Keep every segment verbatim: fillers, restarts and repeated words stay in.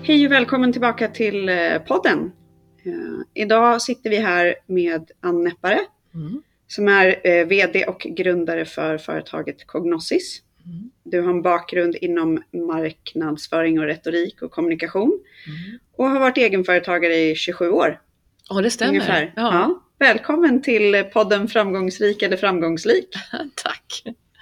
Hej och välkommen tillbaka till podden. Uh, idag sitter vi här med Ann Näppare mm. som är uh, vd och grundare för företaget Cognosis. Mm. Du har en bakgrund inom marknadsföring och retorik och kommunikation mm. och har varit egenföretagare i tjugosju år. Ja, det stämmer. Ungefär. Ja. Ja. Välkommen till podden Framgångsrik eller framgångslik. Tack.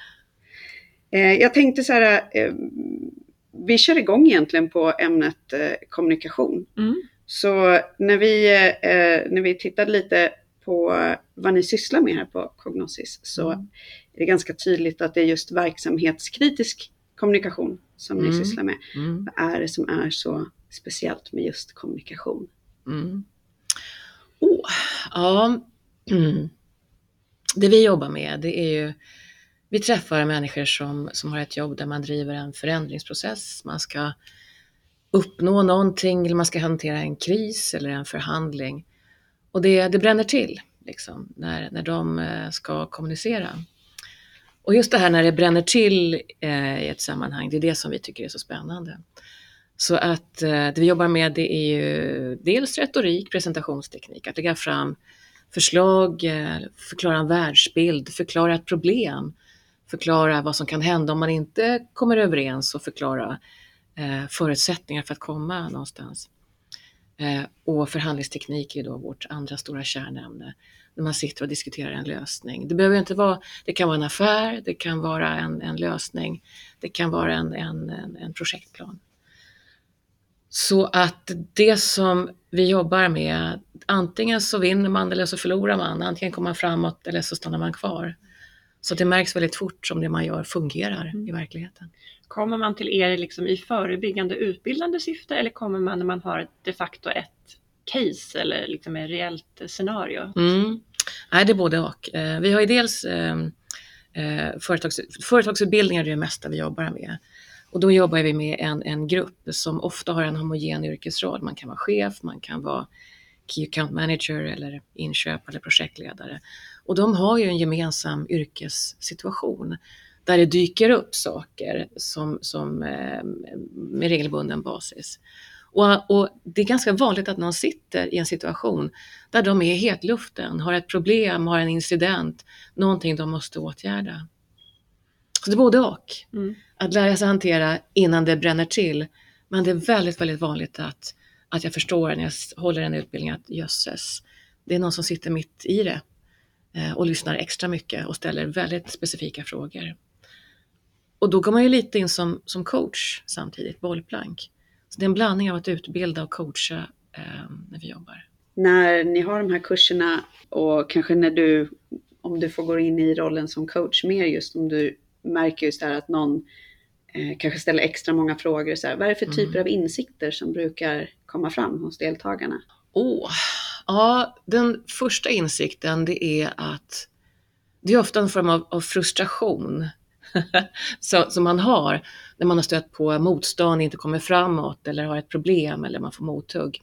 Uh, jag tänkte så här... Uh, Vi kör igång egentligen på ämnet eh, kommunikation. Mm. Så när vi, eh, när vi tittade lite på vad ni sysslar med här på Cognosis så mm. är det ganska tydligt att det är just verksamhetskritisk kommunikation som mm. ni sysslar med. Mm. Vad är det som är så speciellt med just kommunikation? Mm. Oh, ja, mm. Det vi jobbar med det är ju Vi träffar människor som, som har ett jobb där man driver en förändringsprocess. Man ska uppnå någonting eller man ska hantera en kris eller en förhandling. Och det, det bränner till liksom, när, när de ska kommunicera. Och just det här när det bränner till eh, i ett sammanhang, det är det som vi tycker är så spännande. Så att eh, det vi jobbar med det är ju dels retorik, presentationsteknik, att lägga fram förslag, eh, förklara en världsbild, förklara ett problem. Förklara vad som kan hända om man inte kommer överens och förklara eh, förutsättningar för att komma någonstans. Eh, och förhandlingsteknik är då vårt andra stora kärnämne. När man sitter och diskuterar en lösning. Det behöver inte vara, det kan vara en affär, det kan vara en, en lösning, det kan vara en, en, en, en projektplan. Så att det som vi jobbar med, antingen så vinner man eller så förlorar man. Antingen kommer man framåt eller så stannar man kvar. Så det märks väldigt fort som det man gör fungerar mm. i verkligheten. Kommer man till er liksom i förebyggande utbildande syfte eller kommer man när man har de facto ett case eller liksom ett reellt scenario? Mm. Nej, det är både och. Vi har ju dels eh, företags, företagsutbildningar, det är det mesta vi jobbar med. Och då jobbar vi med en, en grupp som ofta har en homogen yrkesroll. Man kan vara chef, man kan vara key account manager eller inköp eller projektledare. Och de har ju en gemensam yrkessituation där det dyker upp saker som, som eh, med regelbunden basis. Och, och det är ganska vanligt att någon sitter i en situation där de är i hetluften, har ett problem, har en incident, någonting de måste åtgärda. Så det är både och. Mm. Att lära sig hantera innan det bränner till. Men det är väldigt, väldigt vanligt att, att jag förstår när jag håller en utbildning att jösses, det är någon som sitter mitt i det. Och lyssnar extra mycket och ställer väldigt specifika frågor. Och då går man ju lite in som, som coach samtidigt, bollplank. Så det är en blandning av att utbilda och coacha eh, när vi jobbar. När ni har de här kurserna och kanske när du, om du får gå in i rollen som coach mer, just om du märker just där att någon eh, kanske ställer extra många frågor. Så här, vad är det för typer mm. av insikter som brukar komma fram hos deltagarna? Åh, oh. Ja, den första insikten det är att det är ofta en form av, av frustration så, som man har när man har stött på motstånd, inte kommer framåt eller har ett problem eller man får mothugg.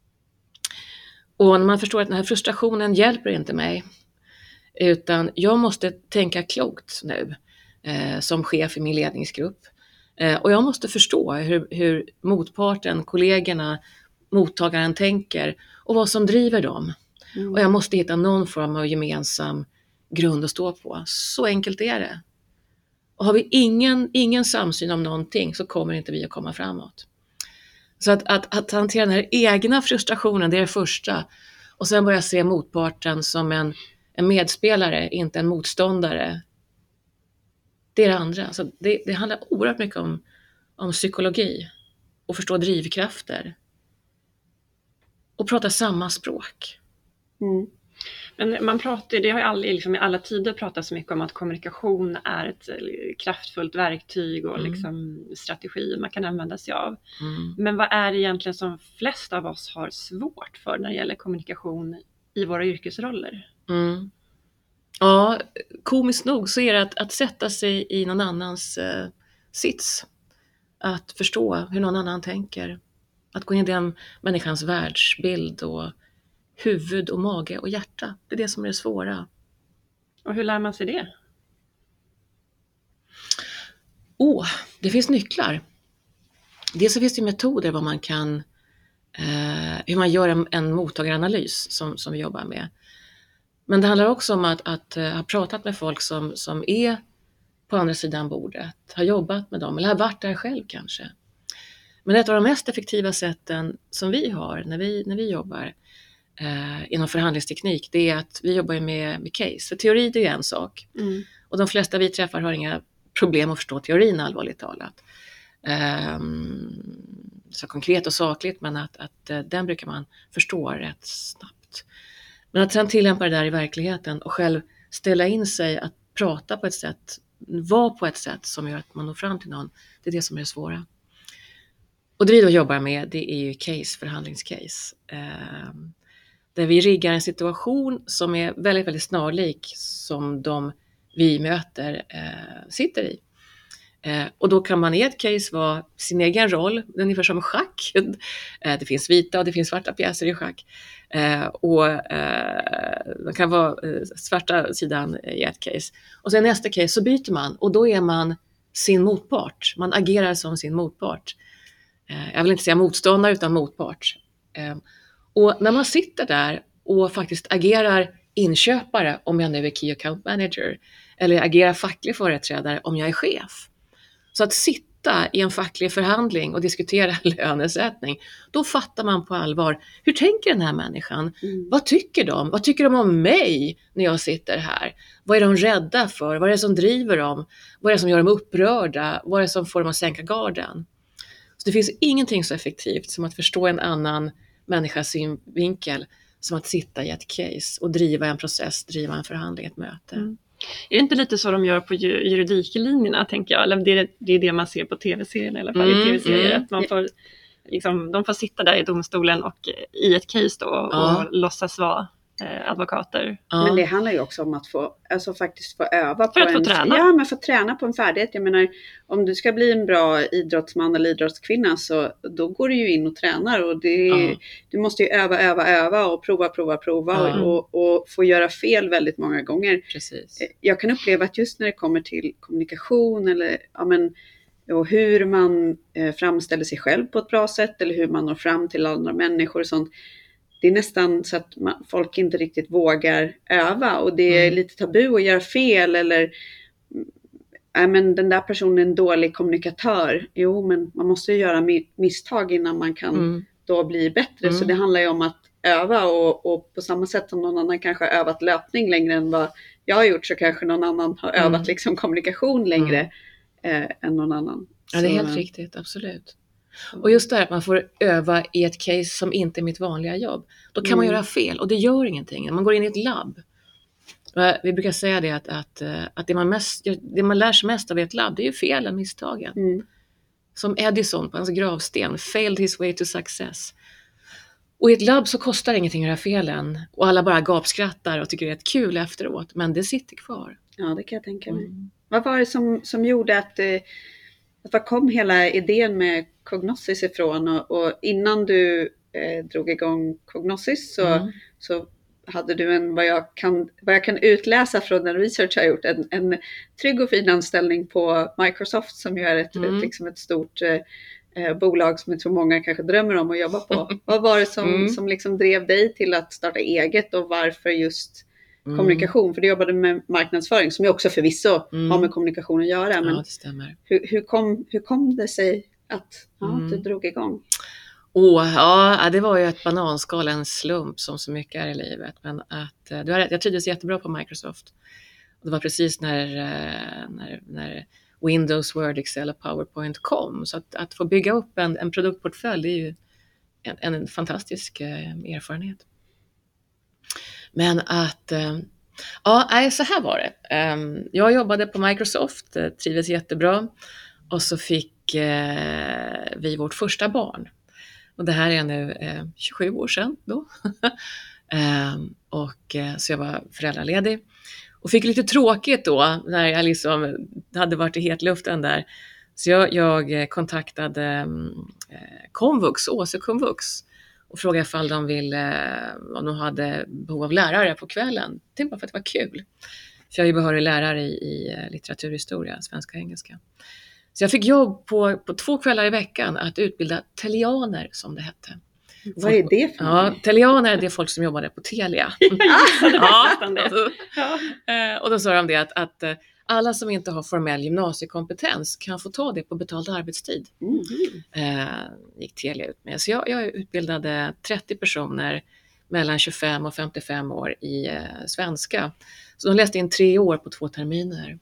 Och när man förstår att den här frustrationen hjälper inte mig utan jag måste tänka klokt nu eh, som chef i min ledningsgrupp. Eh, och jag måste förstå hur, hur motparten, kollegorna, mottagaren tänker och vad som driver dem. Mm. Och jag måste hitta någon form av gemensam grund att stå på. Så enkelt är det. Och har vi ingen, ingen samsyn om någonting så kommer inte vi att komma framåt. Så att, att, att hantera den här egna frustrationen, det är det första. Och sen börja se motparten som en, en medspelare, inte en motståndare. Det är det andra. Så det, det handlar oerhört mycket om, om psykologi och förstå drivkrafter. Och prata samma språk. Mm. Men man pratar, det har ju aldrig, liksom, i alla tider pratat så mycket om att kommunikation är ett kraftfullt verktyg och mm. liksom, strategi man kan använda sig av. Mm. Men vad är det egentligen som flest av oss har svårt för när det gäller kommunikation i våra yrkesroller? Mm. Ja, komiskt nog så är det att, att sätta sig i någon annans eh, sits. Att förstå hur någon annan tänker. Att gå in i den människans världsbild och huvud och mage och hjärta. Det är det som är det svåra. Och hur lär man sig det? Åh, oh, det finns nycklar. dels så finns det metoder vad man kan, eh, hur man gör en, en mottagaranalys som, som vi jobbar med. Men det handlar också om att, att uh, ha pratat med folk som, som är på andra sidan bordet, har jobbat med dem eller har varit där själv kanske. Men ett av de mest effektiva sätten som vi har när vi, när vi jobbar eh, inom förhandlingsteknik, det är att vi jobbar med, med case. För teori det är en sak. Mm. Och de flesta vi träffar har inga problem att förstå teorin allvarligt talat. Um, så konkret och sakligt, men att, att uh, den brukar man förstå rätt snabbt. Men att sen tillämpa det där i verkligheten och själv ställa in sig att prata på ett sätt, vara på ett sätt som gör att man når fram till någon, det är det som är det svåra. Och det vi då jobbar med, det är ju case, förhandlingscase. Eh, där vi riggar en situation som är väldigt, väldigt snarlik som de vi möter eh, sitter i. Eh, och då kan man i ett case vara sin egen roll, ungefär som schack. eh, det finns vita och det finns svarta pjäser i schack. Eh, och eh, man kan vara eh, svarta sidan i ett case. Och sen nästa case så byter man och då är man sin motpart. Man agerar som sin motpart. Eh, jag vill inte säga motståndare utan motpart. Eh, och när man sitter där och faktiskt agerar inköpare om jag nu är Key Account Manager eller agerar facklig företrädare om jag är chef. Så att sitta i en facklig förhandling och diskutera lönesättning, då fattar man på allvar, hur tänker den här människan? Mm. Vad tycker de? Vad tycker de om mig när jag sitter här? Vad är de rädda för? Vad är det som driver dem? Vad är det som gör dem upprörda? Vad är det som får dem att sänka garden? Så det finns ingenting så effektivt som att förstå en annan människas synvinkel som att sitta i ett case och driva en process, driva en förhandling, ett möte. Mm. Är det inte lite så de gör på juridiklinjerna, tänker jag? Eller det är det, är det man ser på tv-serien i alla fall, mm, i tv-serier. Mm. Att man får, liksom, de får sitta där i domstolen och i ett case då och, ja. och låtsas vara eh, advokater. Ja. Men det handlar ju också om att få, alltså faktiskt få öva på för att en, få träna. Ja, men få träna på en färdighet. Jag menar, om du ska bli en bra idrottsman eller idrottskvinna så då går du ju in och tränar och det, ja. du måste ju öva, öva, öva och prova, prova, prova ja. och, och få göra fel väldigt många gånger. Precis. Jag kan uppleva att just när det kommer till kommunikation eller ja, men, och hur man eh, framställer sig själv på ett bra sätt eller hur man når fram till andra människor och sånt. Det är nästan så att man, folk inte riktigt vågar öva och det är mm. lite tabu att göra fel eller äh, men den där personen är en dålig kommunikatör. Jo, men man måste ju göra misstag innan man kan mm. då bli bättre. Mm. Så det handlar ju om att öva och, och på samma sätt som någon annan kanske har övat löpning längre än vad jag har gjort så kanske någon annan har övat mm. liksom kommunikation längre mm. eh, än någon annan. Ja, det är helt så, riktigt, absolut. Och just det här att man får öva i ett case som inte är mitt vanliga jobb. Då kan mm. man göra fel och det gör ingenting. Man går in i ett labb. Vi brukar säga det att, att, att det, man mest, det man lär sig mest av ett labb, det är ju felen, misstagen. Mm. Som Edison på hans gravsten, failed his way to success. Och i ett labb så kostar det ingenting att göra felen. Och alla bara gapskrattar och tycker det är ett kul efteråt. Men det sitter kvar. Ja, det kan jag tänka mig. Mm. Vad var det som, som gjorde att... att var kom hela idén med Cognosis ifrån och, och innan du eh, drog igång Cognosis så, mm. så hade du en, vad jag, kan, vad jag kan utläsa från den research jag har gjort, en, en trygg och fin anställning på Microsoft som ju är ett, mm. ett, liksom ett stort eh, bolag som jag tror många kanske drömmer om att jobba på. Vad var det som, mm. som liksom drev dig till att starta eget och varför just Mm. kommunikation, för du jobbade med marknadsföring som ju också förvisso mm. har med kommunikation att göra. Men ja, det stämmer. Hur, hur, kom, hur kom det sig att ja, mm. du drog igång? Oh, ja, det var ju ett bananskal, en slump som så mycket är i livet. Men att, du har rätt, jag trivdes jättebra på Microsoft. Och det var precis när, när, när Windows, Word, Excel och PowerPoint kom. Så att, att få bygga upp en, en produktportfölj, det är ju en, en fantastisk eh, erfarenhet. Men att, ja, så här var det. Jag jobbade på Microsoft, trivdes jättebra. Och så fick vi vårt första barn. Och det här är nu tjugosju år sedan då. Och så jag var föräldraledig. Och fick lite tråkigt då, när jag liksom hade varit i hetluften där. Så jag, jag kontaktade Komvux, Åse Komvux. Och frågade ifall de ville, om de hade behov av lärare på kvällen. Det var för att det var kul. För jag är ju behörig lärare i, i litteraturhistoria, svenska och engelska. Så jag fick jobb på, på två kvällar i veckan att utbilda telianer, som det hette. Vad är det för Ja, telianer, det är folk som jobbade på Telia. Ja, det. Ja. Och då sa de det att, att alla som inte har formell gymnasiekompetens kan få ta det på betald arbetstid. Mm. Eh, gick Telia ut med. Så jag, jag utbildade trettio personer mellan tjugofem och femtiofem år i eh, svenska. Så de läste in tre år på två terminer.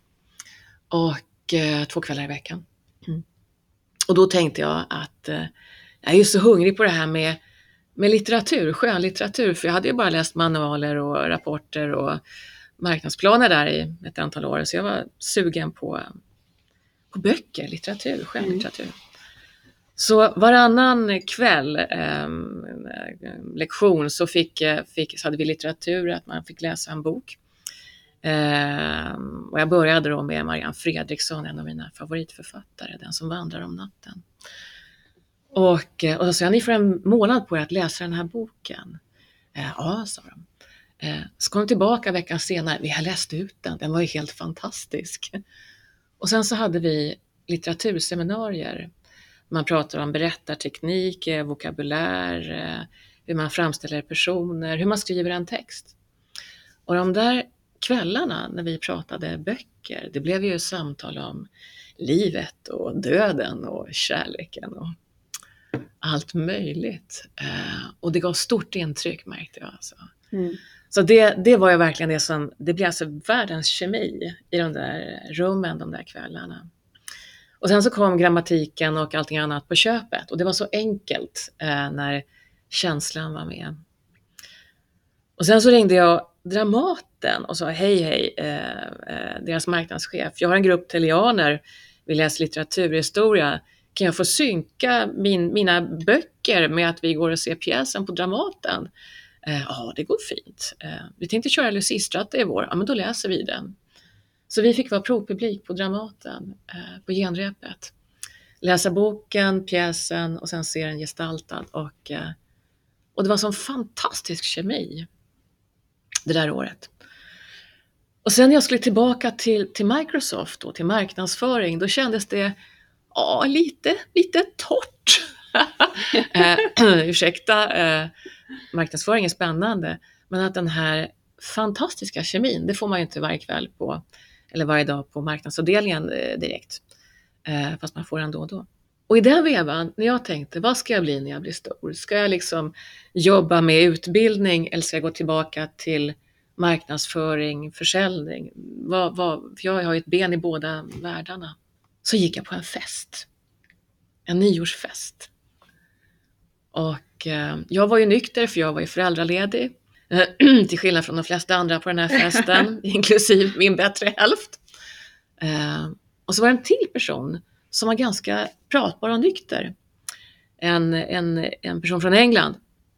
Och eh, två kvällar i veckan. Mm. Och då tänkte jag att eh, jag är ju så hungrig på det här med, med litteratur, skönlitteratur. För jag hade ju bara läst manualer och rapporter och marknadsplaner där i ett antal år. Så jag var sugen på, på böcker, litteratur, skönlitteratur. Mm. Så varannan kväll, eh, lektion, så, fick, fick, så hade vi litteratur, att man fick läsa en bok. Eh, och jag började då med Marianne Fredriksson, en av mina favoritförfattare, Den som vandrar om natten. Och, och så sa jag, ni får en månad på er att läsa den här boken. Eh, ja, sa de. Eh, så kom de tillbaka veckan senare, vi har läst ut den, den var ju helt fantastisk. Och sen så hade vi litteraturseminarier. Man pratar om berättarteknik, vokabulär, eh, hur man framställer personer, hur man skriver en text. Och de där kvällarna när vi pratade böcker, det blev ju samtal om livet och döden och kärleken och allt möjligt. Eh, och det gav stort intryck, märkte jag. Alltså. Mm. Så det, det var ju verkligen det som, det blev alltså världens kemi i de där rummen, de där kvällarna. Och sen så kom grammatiken och allting annat på köpet. Och det var så enkelt eh, när känslan var med. Och sen så ringde jag Dramaten och sa hej hej, eh, eh, deras marknadschef. Jag har en grupp telianer, vi läser litteraturhistoria. Kan jag få synka min, mina böcker med att vi går och ser pjäsen på Dramaten? Eh, ja, det går fint. Eh, vi tänkte köra Lysistrata i vår. Ja, men då läser vi den. Så vi fick vara provpublik på Dramaten, eh, på genrepet. Läsa boken, pjäsen och sen se den gestaltad. Och, eh, och det var sån fantastisk kemi det där året. Och sen när jag skulle tillbaka till, till Microsoft och till marknadsföring, då kändes det ja, lite, lite torrt. eh, ursäkta, eh, marknadsföring är spännande, men att den här fantastiska kemin, det får man ju inte varje kväll på, eller varje dag på marknadsavdelningen eh, direkt, eh, fast man får den då och då. Och i den vevan, när jag tänkte, vad ska jag bli när jag blir stor? Ska jag liksom jobba med utbildning eller ska jag gå tillbaka till marknadsföring, försäljning? Vad, vad, jag har ju ett ben i båda världarna. Så gick jag på en fest, en nyårsfest. Och eh, jag var ju nykter för jag var ju föräldraledig. Till skillnad från de flesta andra på den här festen, inklusive min bättre hälft. Eh, och så var det en till person som var ganska pratbar och nykter. En, en, en person från England.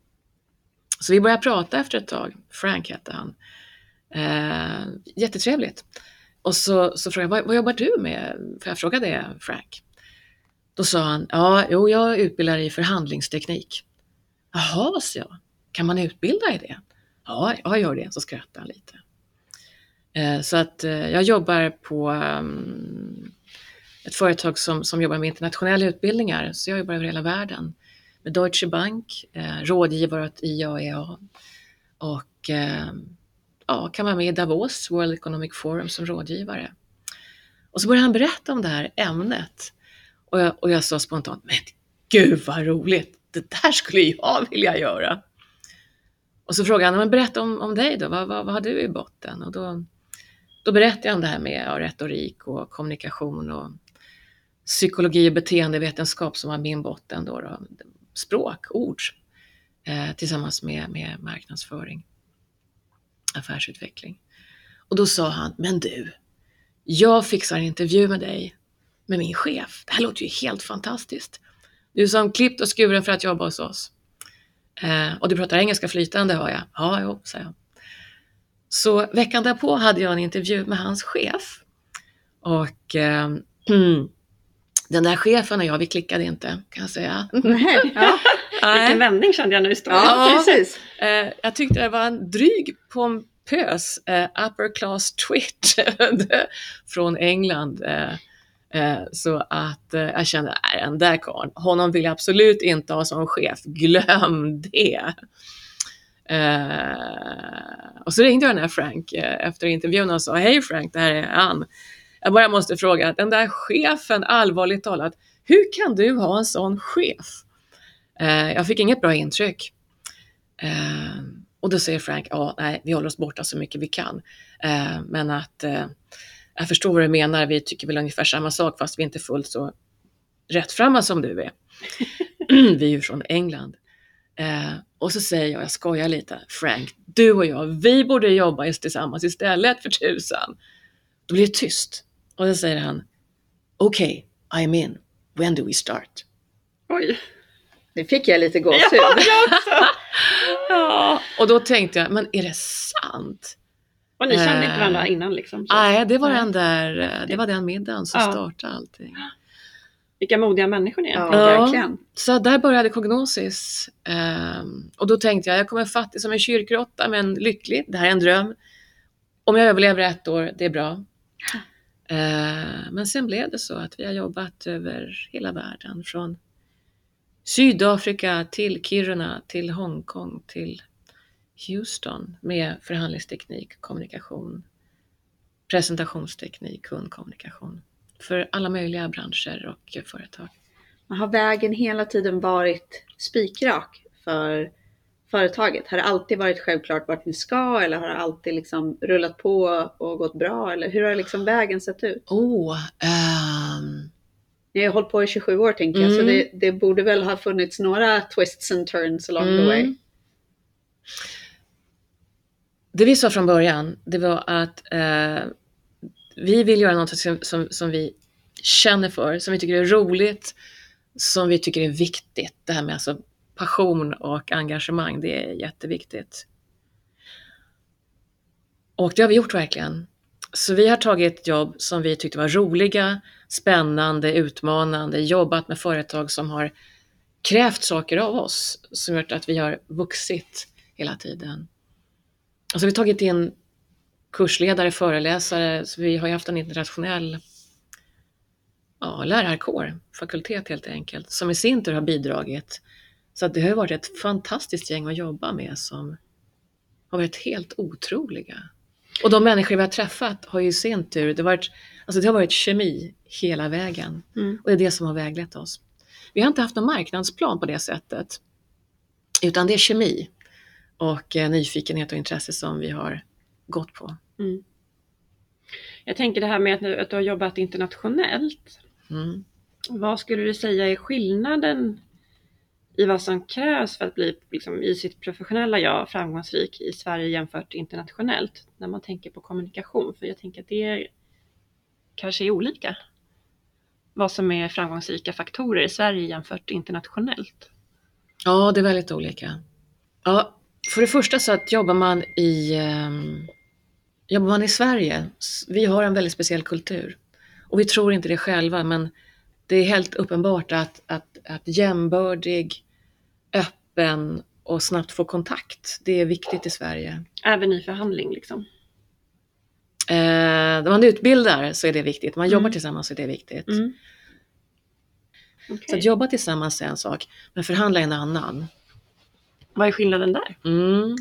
Så vi började prata efter ett tag. Frank hette han. Eh, jättetrevligt. Och så, så frågade jag, vad, vad jobbar du med? För jag frågade det, Frank. Då sa han, ja, jo, jag utbildar i förhandlingsteknik. Jaha, så jag. Kan man utbilda i det? Ja, jag gör det. Så skrattade han lite. Eh, så att eh, jag jobbar på um, ett företag som, som jobbar med internationella utbildningar. Så jag jobbar över hela världen. Med Deutsche Bank, eh, rådgivare åt I A E A. Och eh, ja, kan vara med i Davos, World Economic Forum, som rådgivare. Och så började han berätta om det här ämnet. Och jag, och jag sa spontant, men gud vad roligt, det där skulle jag vilja göra. Och så frågade han, men berätta om, om dig då, vad, vad, vad har du i botten? Och då, då berättade jag om det här med ja, retorik och kommunikation och psykologi och beteendevetenskap som var min botten då. då språk, ord, eh, tillsammans med, med marknadsföring, affärsutveckling. Och då sa han, men du, jag fixar en intervju med dig, med min chef. Det här låter ju helt fantastiskt. Du är som klippt och skuren för att jobba hos oss. Eh, och du pratar engelska flytande, hör jag. Ja, jo, sa jag. Så veckan därpå hade jag en intervju med hans chef. Och eh, den där chefen och jag, vi klickade inte, kan jag säga. Nej, ja. Vilken vändning kände jag nu i storyn. Ja, precis. Eh, jag tyckte det var en dryg pompös eh, upper class twit från England. Eh, Eh, så att eh, jag kände, nej, den där karln, honom vill jag absolut inte ha som chef, glöm det. Eh, och så ringde jag den här Frank eh, efter intervjun och sa, hej Frank, det här är han. Jag bara måste fråga, den där chefen, allvarligt talat, hur kan du ha en sån chef? Eh, jag fick inget bra intryck. Eh, och då säger Frank, ja, nej, vi håller oss borta så mycket vi kan. Eh, men att eh, jag förstår vad du menar, vi tycker väl ungefär samma sak fast vi inte är fullt så rättframma som du är. Vi är ju från England. Eh, och så säger jag, jag skojar lite, Frank, du och jag, vi borde jobba tillsammans istället för tusan. Då blir det tyst. Och då säger han, okej, okay, I'm in. When do we start? Oj, det fick jag lite gåshud. Ja, jag också. Ja, och då tänkte jag, men är det sant? Och ni kände eh, inte varandra innan liksom? Så. Nej, det var den där, det var den middagen som ja. startade allting. Vilka modiga människor ni är. Ja, verkligen. Så där började Cognosis. Um, och då tänkte jag, jag kommer fattig som en kyrkråtta, men lycklig. Det här är en dröm. Om jag överlever ett år, det är bra. Uh, men sen blev det så att vi har jobbat över hela världen. Från Sydafrika till Kiruna, till Hongkong, till Houston. Med förhandlingsteknik, kommunikation, presentationsteknik, kundkommunikation. För alla möjliga branscher och företag. Har vägen hela tiden varit spikrak för företaget? Har det alltid varit självklart vart ni ska? Eller har det alltid liksom rullat på och gått bra? Eller hur har liksom vägen sett ut? Oh, um... Ni har hållit på i tjugosju år tänker jag. Mm. Så det, det borde väl ha funnits några twists and turns along mm. the way. Det vi sa från början, det var att uh, vi vill göra något som, som, som vi känner för, som vi tycker är roligt, som vi tycker är viktigt. Det här med alltså passion och engagemang, det är jätteviktigt. Och det har vi gjort verkligen. Så vi har tagit jobb som vi tyckte var roliga, spännande, utmanande, jobbat med företag som har krävt saker av oss, som gjort att vi har vuxit hela tiden. Och så har vi tagit in kursledare, föreläsare, så vi har ju haft en internationell ja, lärarkår, fakultet helt enkelt, som i sin tur har bidragit. Så att det har varit ett fantastiskt gäng att jobba med som har varit helt otroliga. Och de människor vi har träffat har ju i sin tur, det har varit, alltså det har varit kemi hela vägen. Mm. Och det är det som har väglett oss. Vi har inte haft någon marknadsplan på det sättet, utan det är kemi och eh, nyfikenhet och intresse som vi har gått på. Mm. Jag tänker det här med att, att du har jobbat internationellt. Mm. Vad skulle du säga är skillnaden i vad som krävs för att bli liksom, i sitt professionella jag framgångsrik i Sverige jämfört internationellt när man tänker på kommunikation? För jag tänker att det kanske är olika. Vad som är framgångsrika faktorer i Sverige jämfört internationellt. Ja, det är väldigt olika. Ja, för det första så att jobbar man i um, jobbar man i Sverige, vi har en väldigt speciell kultur. Och vi tror inte det själva, men det är helt uppenbart att, att, att jämbördig, öppen och snabbt få kontakt, det är viktigt i Sverige. Även i förhandling liksom? Eh, när man utbildar så är det viktigt, man mm. jobbar tillsammans så är det viktigt. Mm. Okay. Så att jobba tillsammans är en sak, men förhandla är en annan. Vad är skillnaden där? Mm.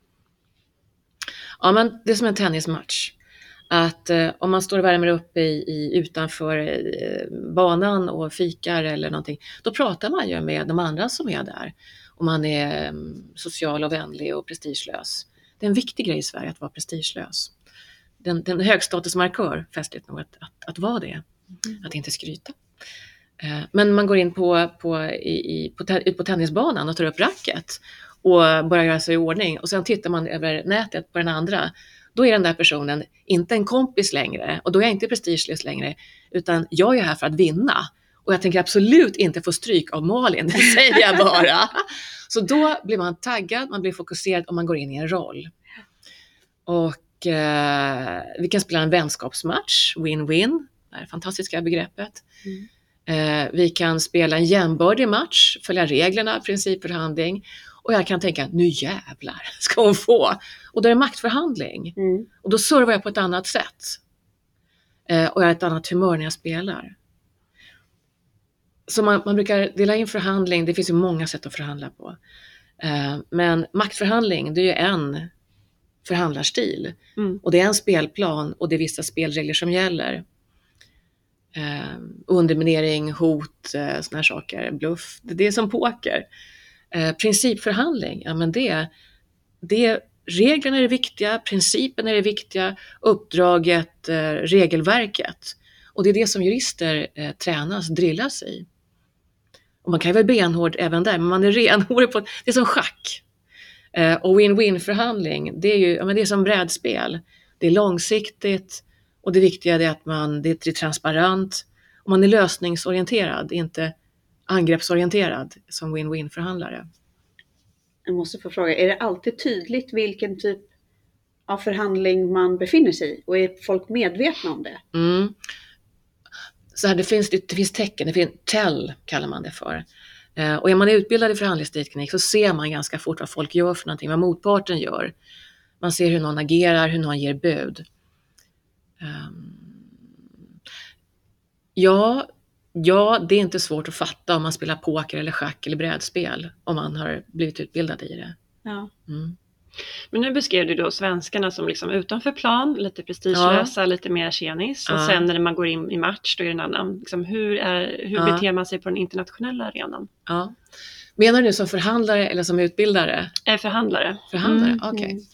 Ja, men det är som en tennismatch. Att eh, om man står och värmer upp i, i, utanför eh, banan och fikar eller någonting, då pratar man ju med de andra som är där. Och man är eh, social och vänlig och prestigelös. Det är en viktig grej i Sverige att vara prestigelös. Den, den högstatusmarkör, fästligt nog, att, att, att vara det. Mm. Att inte skryta. Eh, men man går in på, på, i, i, på, te, ut på tennisbanan och tar upp racket och börjar göra sig i ordning. Och sen tittar man över nätet på den andra. Då är den där personen inte en kompis längre. Och då är jag inte prestigelös längre. Utan jag är här för att vinna. Och jag tänker absolut inte få stryk av Malin. Det säger jag bara. Så då blir man taggad. Man blir fokuserad och man går in i en roll. Och eh, vi kan spela en vänskapsmatch. Win-win. Det här fantastiska begreppet. Mm. Eh, vi kan spela en jämbördig match. Följa reglerna, principförhandling. Och jag kan tänka, nu jävlar ska hon få. Och då är det maktförhandling. Mm. Och då servar jag på ett annat sätt. Eh, och jag har ett annat humör när jag spelar. så man, man brukar dela in förhandling, det finns ju många sätt att förhandla på. Uh, men maktförhandling, det är ju en förhandlarstil. Mm. Och det är en spelplan och det är vissa spelregler som gäller. Uh, underminering, hot, uh, såna här saker, bluff. Det, det är som poker. Uh, principförhandling, ja men det, det reglerna är det viktiga, principen är det viktiga, uppdraget, uh, regelverket. Och det är det som jurister uh, tränas, drillas i. Och man kan ju vara benhård även där, men man är renhårig på, det är som schack. Uh, och win-win förhandling, det är ju, ja, men det är som brädspel. Det är långsiktigt och det viktiga är att man, det är transparent och man är lösningsorienterad, inte angreppsorienterad som win-win förhandlare. Jag måste få fråga, är det alltid tydligt vilken typ av förhandling man befinner sig i? Och är folk medvetna om det? Mm. Så här, det finns, det, det finns tecken, det finns tell kallar man det för. Uh, och är man utbildad i förhandlingsteknik så ser man ganska fort vad folk gör för någonting, vad motparten gör. Man ser hur någon agerar, hur någon ger bud. Um, ja, ja, det är inte svårt att fatta om man spelar poker eller schack eller brädspel om man har blivit utbildad i det. Ja. Mm. Men nu beskrev du då svenskarna som liksom utanför plan, lite prestigelösa, ja. Lite mer tjenis. Och ja. Sen när man går in i match då är det en annan. Liksom, hur är, hur ja. beter man sig på den internationella arenan? Ja. Menar du som förhandlare eller som utbildare? Äh, förhandlare. Förhandlare, mm. okej. Okay.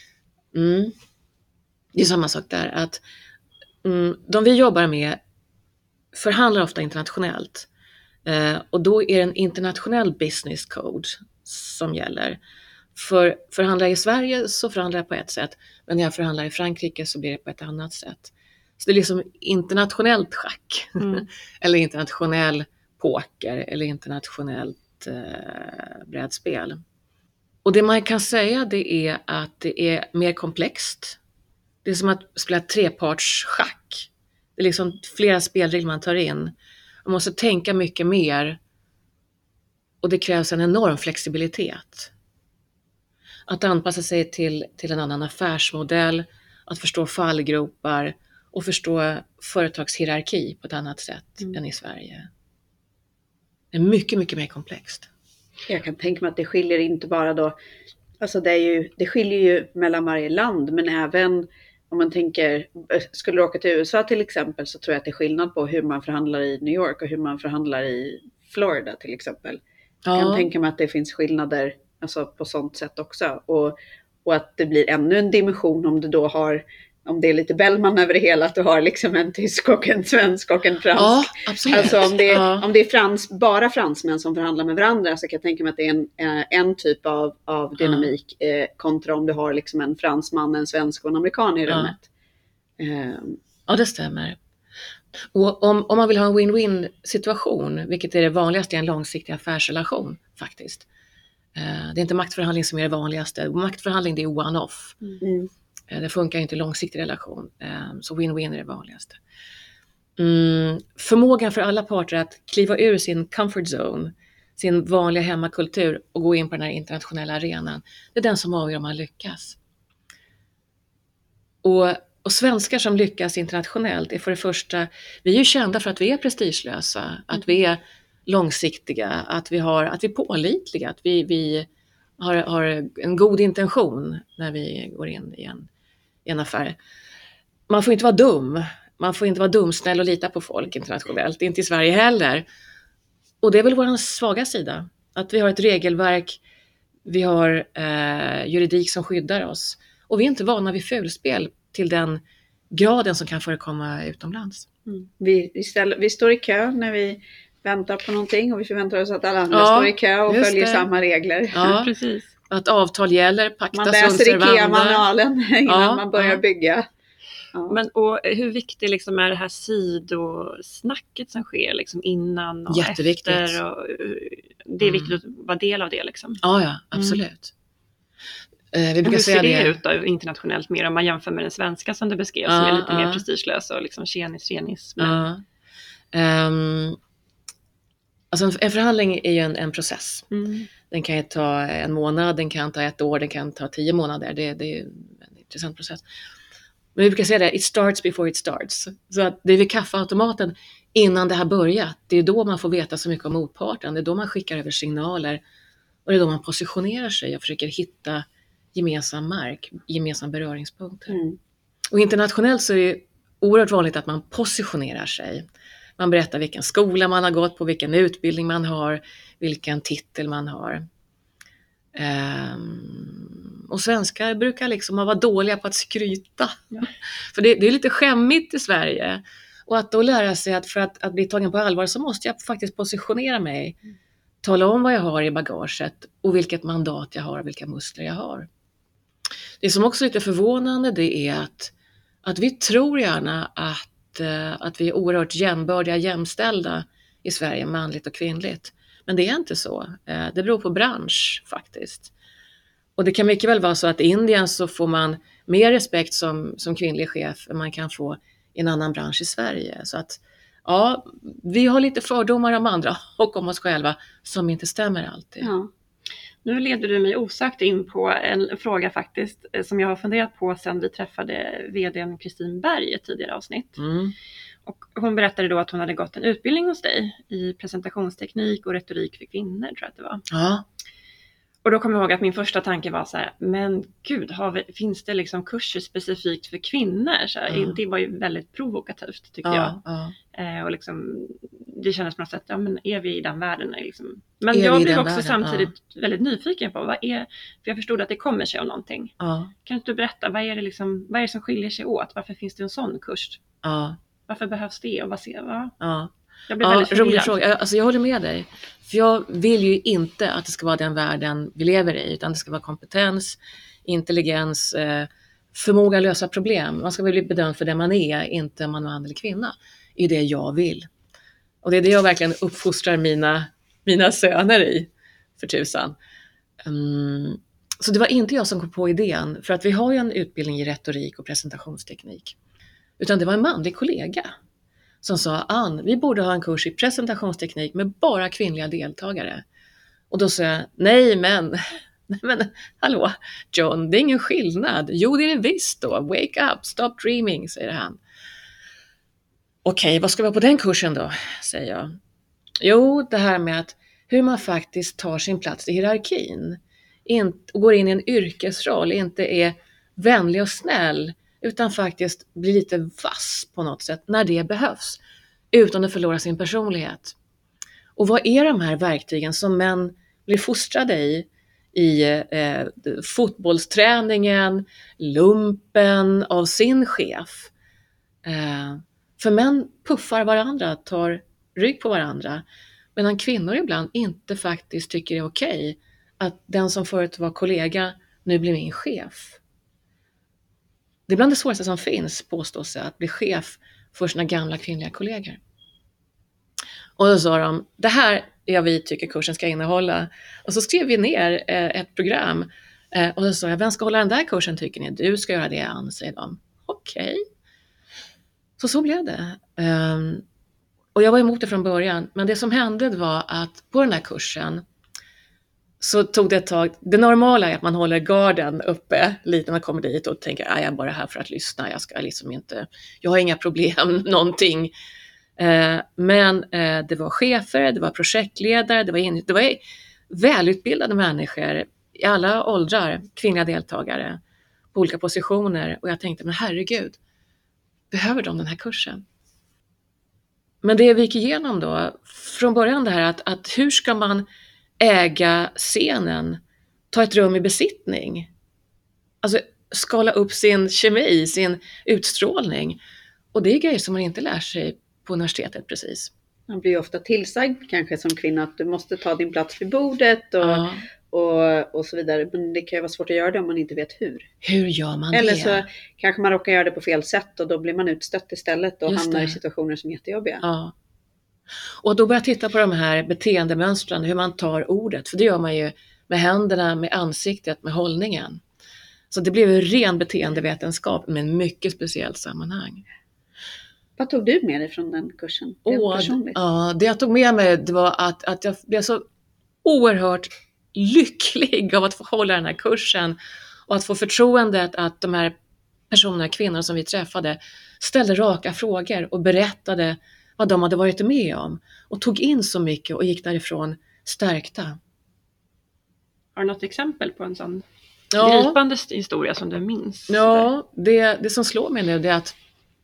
Mm. Det är samma sak där. Att, mm, de vi jobbar med förhandlar ofta internationellt. Eh, och då är det en internationell business code som gäller. För förhandlar jag i Sverige så förhandlar jag på ett sätt. Men när jag förhandlar i Frankrike så blir det på ett annat sätt. Så det är liksom internationellt schack. Mm. Eller internationell poker. Eller internationellt eh, brädspel. Och det man kan säga det är att det är mer komplext. Det är som att spela trepartsschack. Det är liksom flera spelregler man tar in. Man måste tänka mycket mer. Och det krävs en enorm flexibilitet. Att anpassa sig till, till en annan affärsmodell. Att förstå fallgropar. Och förstå företagshierarki på ett annat sätt mm. än i Sverige. Det är mycket, mycket mer komplext. Jag kan tänka mig att det skiljer inte bara då. Alltså det, är ju, det skiljer ju mellan varje land. Men även om man tänker. Skulle du åka till U S A till exempel. Så tror jag att det är skillnad på hur man förhandlar i New York. Och hur man förhandlar i Florida till exempel. Ja. Jag kan tänka mig att det finns skillnader. Alltså på sånt sätt också. Och, och att det blir ännu en dimension om du då har. Om det är lite Bellman över det hela. Att du har liksom en tysk och en svensk och en fransk. Ja, absolut. Alltså om det, ja. om det är frans, bara fransmän som förhandlar med varandra. Så kan jag tänka mig att det är en, en typ av, av dynamik. Ja. Eh, kontra om du har liksom en fransman, en svensk och en amerikan i rummet. Ja, eh. ja det stämmer. Och om, om man vill ha en win-win situation. Vilket är det vanligaste i en långsiktig affärsrelation faktiskt. Eh, det är inte maktförhandling som är det vanligaste. Maktförhandling det är one-off. Mm. Det funkar inte i långsiktig relation. Så win-win är det vanligaste. Mm, förmågan för alla parter att kliva ur sin comfort zone, sin vanliga hemmakultur och gå in på den här internationella arenan. Det är den som avgör om man lyckas. Och, och svenskar som lyckas internationellt är för det första, vi är ju kända för att vi är prestigelösa, att vi är långsiktiga, att vi, har, att vi är pålitliga, att vi, vi har, har en god intention när vi går in i en i en affär. Man får inte vara dum. Man får inte vara dumsnäll och lita på folk internationellt. Inte i Sverige heller. Och det är väl vår svaga sida. Att vi har ett regelverk. Vi har eh, juridik som skyddar oss. Och vi är inte vana vid fulspel till den graden som kan förekomma utomlands. Mm. Vi, vi, ställer, vi står i kö när vi väntar på någonting. Och vi förväntar oss att alla andra ja, står i kö och följer det. samma regler. Ja, precis. Att avtal gäller, pacta man läser IKEA-manualen innan ja, man börjar ja. bygga. Ja. Men och hur viktigt liksom är det här sidosnacket som sker liksom innan och efter? Och, det är mm. viktigt att vara del av det liksom. Ja, ja, absolut. Mm. Eh, vi brukar hur säga ser det, det ut då, internationellt mer om man jämför med den svenska som du beskrev ja, som är lite ja. mer prestigelös och liksom tjenis, tjenis. Men... Ja. Um, alltså en, en förhandling är ju en, en process. Mm. Den kan ju ta en månad, den kan ta ett år, den kan ta tio månader. Det, det är ju en intressant process. Men vi brukar säga det, it starts before it starts. Så att det vid kaffeautomaten innan det har börjat. Det är då man får veta så mycket om motparten. Det är då man skickar över signaler. Och det är då man positionerar sig och försöker hitta gemensam mark, gemensam beröringspunkter. Mm. Och internationellt så är det oerhört vanligt att man positionerar sig. Man berättar vilken skola man har gått på, vilken utbildning man har, vilken titel man har. Um, och svenskar brukar liksom vara dåliga på att skryta. Ja. För det, det är lite skämmigt i Sverige. Och att då lära sig att för att, att bli tagen på allvar så måste jag faktiskt positionera mig. Mm. Tala om vad jag har i bagaget och vilket mandat jag har och vilka muskler jag har. Det som också är lite förvånande det är att, att vi tror gärna att, uh, att vi är oerhört jämbördiga, jämställda i Sverige, manligt och kvinnligt. Men det är inte så. Uh, det beror på bransch faktiskt. Och det kan mycket väl vara så att i Indien så får man mer respekt som, som kvinnlig chef än man kan få i en annan bransch i Sverige. Så att ja, vi har lite fördomar om andra och om oss själva som inte stämmer alltid. Ja. Nu leder du mig osagt in på en fråga faktiskt som jag har funderat på sedan vi träffade vdn Kristin Berg i ett tidigare avsnitt. Mm. Och hon berättade då att hon hade gått en utbildning hos dig i presentationsteknik och retorik för kvinnor, tror jag att det var. Ja. Och då kommer jag ihåg att min första tanke var så här, men gud, har vi, finns det liksom kurser specifikt för kvinnor? Så här, ja. Det var ju väldigt provokativt tycker ja, jag. Ja. Eh, och liksom, det kändes på något sätt, ja men är vi i den världen? Liksom. Men är jag blev också världen? samtidigt ja. väldigt nyfiken på, vad är, för jag förstod att det kommer sig av någonting. Ja. Kan inte du berätta, vad är, det liksom, vad är det som skiljer sig åt? Varför finns det en sån kurs? Ja. Varför behövs det? Och vad ser va? Ja. Jag blev väldigt ja, rolig fråga. Alltså jag håller med dig. För jag vill ju inte att det ska vara den världen vi lever i. Utan det ska vara kompetens, intelligens, förmåga att lösa problem. Man ska väl bli bedömd för det man är, inte man är man eller kvinna. Det är det jag vill. Och det är det jag verkligen uppfostrar mina, mina söner i, för tusan. Um, så det var inte jag som kom på idén. För att vi har ju en utbildning i retorik och presentationsteknik. Utan det var en manlig kollega som sa, Ann, vi borde ha en kurs i presentationsteknik med bara kvinnliga deltagare. Och då sa jag, nej men, nej men, hallå John, det är ingen skillnad. Jo, det är det visst då. Wake up, stop dreaming, säger han. Okej, vad ska vi ha på den kursen då, säger jag. Jo, det här med att hur man faktiskt tar sin plats i hierarkin. Och går in i en yrkesroll, inte är vänlig och snäll. Utan faktiskt bli lite vass på något sätt när det behövs. Utan att förlora sin personlighet. Och vad är de här verktygen som män blir fostrade i? I eh, fotbollsträningen, lumpen av sin chef. Eh, för män puffar varandra, tar rygg på varandra. Medan kvinnor ibland inte faktiskt tycker det är okej att den som förut var kollega nu blir min chef. Det är bland det svåraste som finns, påstås det, att bli chef för sina gamla kvinnliga kollegor. Och då sa de, det här är vad vi tycker kursen ska innehålla. Och så skrev vi ner eh, ett program. Eh, och då sa jag, vem ska hålla den där kursen tycker ni? Du ska göra det, Ann, säger de. Okej. Okay. Så så blev det. Um, och jag var emot det från början. Men det som hände var att på den här kursen så tog det ett tag. Det normala är att man håller garden uppe lite när man kommer dit och tänker, jag är bara här för att lyssna. Jag ska liksom inte, jag har inga problem, någonting. Eh, men eh, det var chefer, det var projektledare, det var, in, det var välutbildade människor i alla åldrar, kvinnliga deltagare på olika positioner. Och jag tänkte, men herregud, behöver de den här kursen? Men det vi gick igenom då, från början det här att, att hur ska man äga scenen, ta ett rum i besittning. Alltså skala upp sin kemi, sin utstrålning. Och det är grejer som man inte lär sig på universitetet precis. Man blir ju ofta tillsagd kanske som kvinna att du måste ta din plats vid bordet och, ja. och, och så vidare. Men det kan ju vara svårt att göra det om man inte vet hur. Hur gör man Eller det? så kanske man råkar göra det på fel sätt och då blir man utstött istället och Just hamnar det. i situationer som är jättejobbiga. Ja. Och då börjar jag titta på de här beteendemönstren, hur man tar ordet. För det gör man ju med händerna, med ansiktet, med hållningen. Så det blev ju ren beteendevetenskap med en mycket speciellt sammanhang. Vad tog du med dig från den kursen? Åh, ja, det jag tog med mig det var att, att jag blev så oerhört lycklig av att få hålla den här kursen. Och att få förtroendet att de här personerna, kvinnor som vi träffade, ställde raka frågor och berättade vad de hade varit med om. Och tog in så mycket och gick därifrån stärkta. Har du något exempel på en sån ja. gripande historia som du minns? Ja, det, det som slår mig nu är att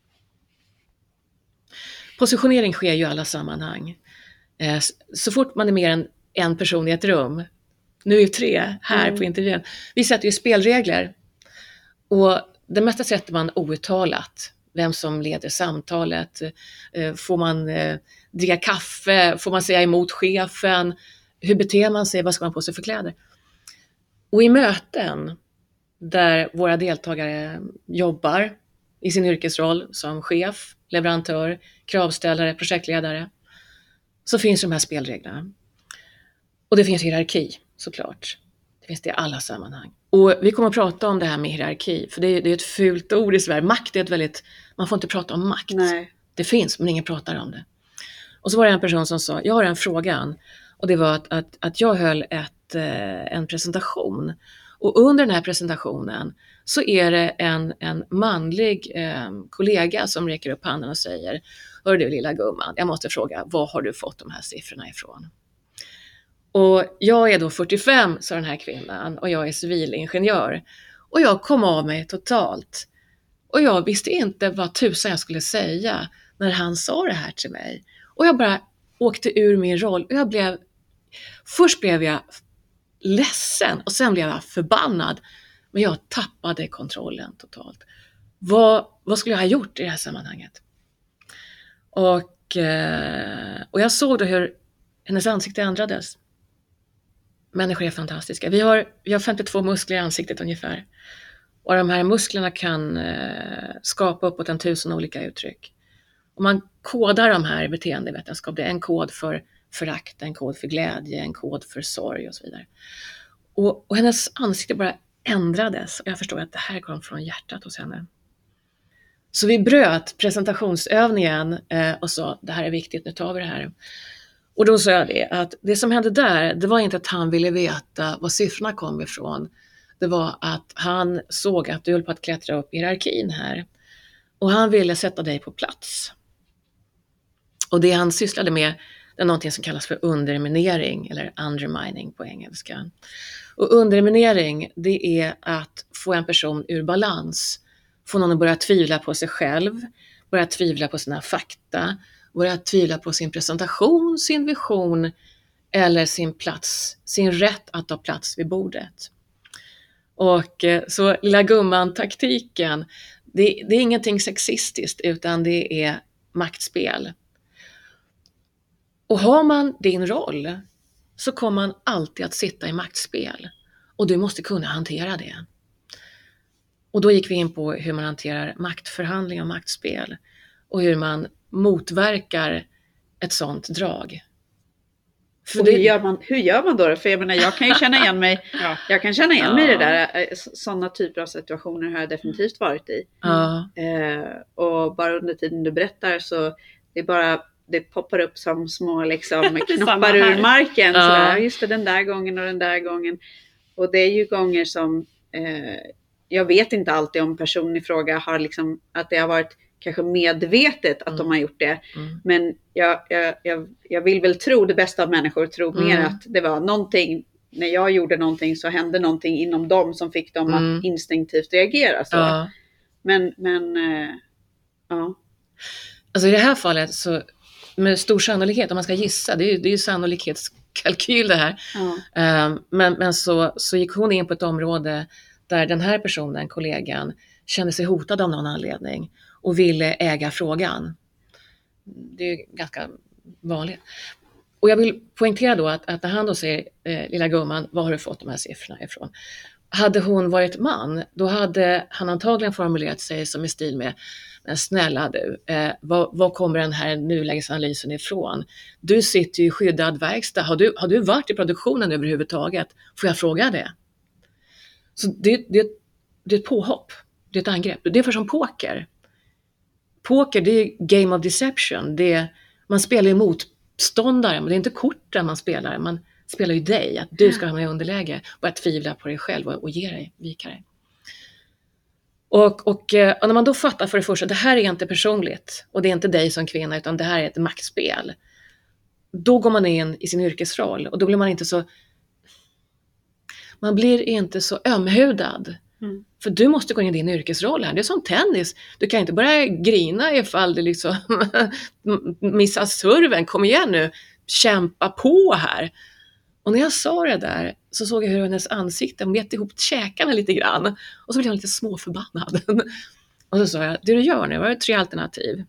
positionering sker ju i alla sammanhang. Eh, så fort man är mer än en person i ett rum, nu är vi tre här mm. på intervjun, vi sätter ju spelregler. Och det mesta sätter man outtalat. Vem som leder samtalet, eh, får man eh, dricka kaffe, får man säga emot chefen, hur beter man sig, vad ska man på sig för kläder. Och i möten där våra deltagare jobbar i sin yrkesroll som chef, leverantör, kravställare, projektledare, så finns de här spelreglerna. Och det finns hierarki, såklart. Det finns det i alla sammanhang. Och vi kommer att prata om det här med hierarki, för det är, det är ett fult ord i Sverige. Makt är ett väldigt, man får inte prata om makt. Nej. Det finns, men ingen pratar om det. Och så var det en person som sa, jag har en fråga. Och det var att, att, att jag höll ett, en presentation. Och under den här presentationen så är det en, en manlig eh, kollega som räcker upp handen och säger, hör du lilla gumman, jag måste fråga, var har du fått de här siffrorna ifrån? Och jag är då fyrtiofem, sa den här kvinnan, och jag är civilingenjör. Och jag kom av mig totalt. Och jag visste inte vad tusan jag skulle säga när han sa det här till mig. Och jag bara åkte ur min roll. Och jag blev, först blev jag ledsen och sen blev jag förbannad. Men jag tappade kontrollen totalt. Vad, vad skulle jag ha gjort i det här sammanhanget? Och, och jag såg då hur hennes ansikte ändrades. Människor är fantastiska. Vi har, vi har femtiotvå muskler i ansiktet ungefär. Och de här musklerna kan eh, skapa uppåt en tusen olika uttryck. Om man kodar de här beteendevetenskap, det är en kod för förakt, en kod för glädje, en kod för sorg och så vidare. Och, och hennes ansikte bara ändrades. Och jag förstod att det här kom från hjärtat hos henne. Så vi bröt presentationsövningen eh, och sa, det här är viktigt, nu tar vi det här. Och då sa jag det, att det som hände där, det var inte att han ville veta var siffrorna kom ifrån. Det var att han såg att du höll på att klättra upp i hierarkin här. Och han ville sätta dig på plats. Och det han sysslade med, det är någonting som kallas för underminering, eller undermining på engelska. Och underminering, det är att få en person ur balans. Få någon att börja tvivla på sig själv, börja tvivla på sina fakta, börja tvivla på sin presentation, sin vision eller sin plats, sin rätt att ta plats vid bordet. Och så lilla gumman-taktiken, det, det är ingenting sexistiskt utan det är maktspel. Och har man din roll så kommer man alltid att sitta i maktspel och du måste kunna hantera det. Och då gick vi in på hur man hanterar maktförhandling och maktspel och hur man motverkar ett sånt drag. För det... hur, gör man, hur gör man då? För jag menar, jag kan ju känna igen mig, ja. jag kan känna igen mig i det där. Sådana typer av situationer har jag definitivt varit i. Ja. Eh, och bara under tiden du berättar så det är bara, det poppar upp som små liksom, knoppar ur marken. Ja. Sådär. Just det, den där gången och den där gången. Och det är ju gånger som eh, jag vet inte alltid om personen i fråga har liksom, att det har varit kanske medvetet att mm. de har gjort det. Mm. Men jag, jag, jag, jag vill väl tro det bästa av människor. Tro mm. mer att det var någonting. När jag gjorde någonting så hände någonting inom dem som fick dem mm. att instinktivt reagera. Så. Ja. Men, men äh, ja. Alltså i det här fallet så med stor sannolikhet, om man ska gissa, det är ju, det är ju sannolikhetskalkyl det här. Ja. Um, men men så, så gick hon in på ett område där den här personen, kollegan, kände sig hotad av någon anledning och ville äga frågan. Det är ganska vanligt. Och jag vill poängtera då att, att när han då säger, eh, lilla gumman, var har du fått de här siffrorna ifrån? Hade hon varit man, då hade han antagligen formulerat sig som i stil med, men snälla du, eh, var, var kommer den här nulägesanalysen ifrån? Du sitter ju i skyddad verkstad. Har du, har du varit i produktionen överhuvudtaget? Får jag fråga det? Så det, det, det är ett påhopp. Det är ett angrepp. Det är för som poker. Poker, det är game of deception. Det är, man spelar ju motståndare, men det är inte korten man spelar. Man spelar ju dig, att du ska hamna i underläge. Bara tvivla på dig själv och, och ge dig, vika dig. Och, och, och när man då fattar för det första, det här är inte personligt och det är inte dig som kvinna utan det här är ett maktspel. Då går man in i sin yrkesroll och då blir man inte så man blir inte så ömhudad. Mm. För du måste gå in i din yrkesroll här. Det är som tennis. Du kan inte bara grina ifall du liksom missar serven. Kom igen nu. Kämpa på här. Och när jag sa det där så såg jag hur hennes ansikte bet ihop käkarna lite grann. Och så blev jag lite småförbannad. Och så sa jag, det du gör nu var det tre alternativ.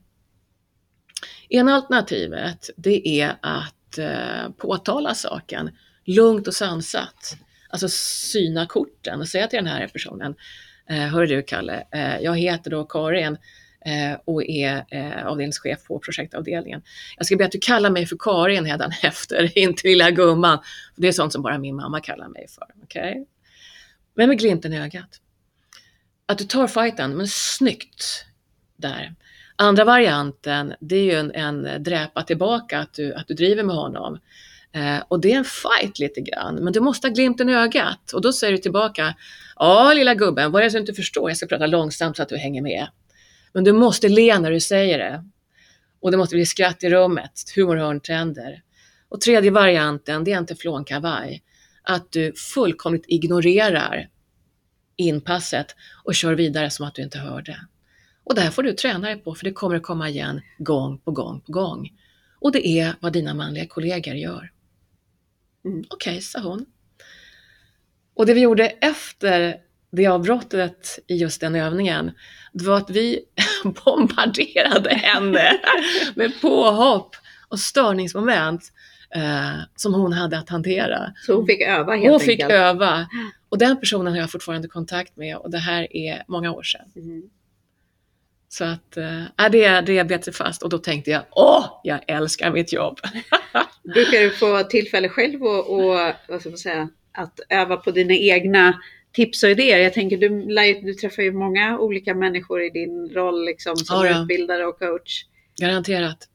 Ena alternativet det är att eh, påtala saken lugnt och sansat. Alltså syna korten och säga till den här personen, eh, hör du Kalle, eh, jag heter då Karin eh, och är eh, avdelningschef på projektavdelningen. Jag ska be att du kallar mig för Karin hädan efter, inte lilla gumman. Det är sånt som bara min mamma kallar mig för. Okay? Men med glimten i ögat. Att du tar fighten, men snyggt där. Andra varianten, det är ju en, en dräpa tillbaka att du, att du driver med honom. Eh, och det är en fight lite grann, men du måste ha glimten i ögat. Och då säger du tillbaka, ja lilla gubben, vad är det som du inte förstår? Jag ska prata långsamt så att du hänger med. Men du måste le när du säger det. Och det måste bli skratt i rummet, humorhörntänder. Och tredje varianten, det är en teflonkavaj. Att du fullkomligt ignorerar inpasset och kör vidare som att du inte hörde. Och det här får du träna dig på, för det kommer att komma igen gång på gång på gång. Och det är vad dina manliga kollegor gör. Mm. Okej, okay, sa hon. Och det vi gjorde efter det avbrottet i just den övningen, det var att vi bombarderade henne med påhopp och störningsmoment eh, som hon hade att hantera. Så hon fick öva helt Hon enkelt? Hon fick öva. Och den personen har jag fortfarande kontakt med, och det här är många år sedan. Mm. Så att äh, det, det bet sig fast, och då tänkte jag, åh, jag älskar mitt jobb. Brukar du få tillfälle själv och, och vad ska man säga, att öva på dina egna tips och idéer? Jag tänker, du, du träffar ju många olika människor i din roll liksom, som ja, utbildare och coach. Garanterat.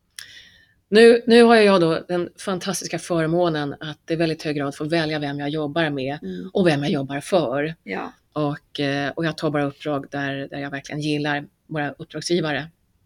Nu, nu har jag då den fantastiska förmånen att i väldigt hög grad få välja vem jag jobbar med mm. och vem jag jobbar för. Ja. Och, och jag tar bara uppdrag där, där jag verkligen gillar våra uppdragsgivare.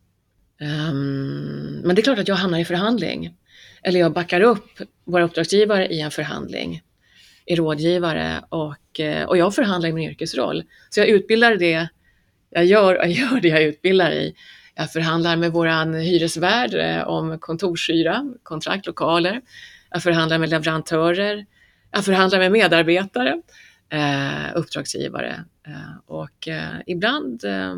Um, men det är klart att jag hamnar i förhandling. Eller jag backar upp våra uppdragsgivare i en förhandling. Är rådgivare och, och jag förhandlar i min yrkesroll. Så jag utbildar det jag gör och jag gör det jag utbildar i. Jag förhandlar med våran hyresvärd om kontorshyra, kontrakt, lokaler. Jag förhandlar med leverantörer. Jag förhandlar med medarbetare, eh, uppdragsgivare. Eh, och eh, ibland, eh,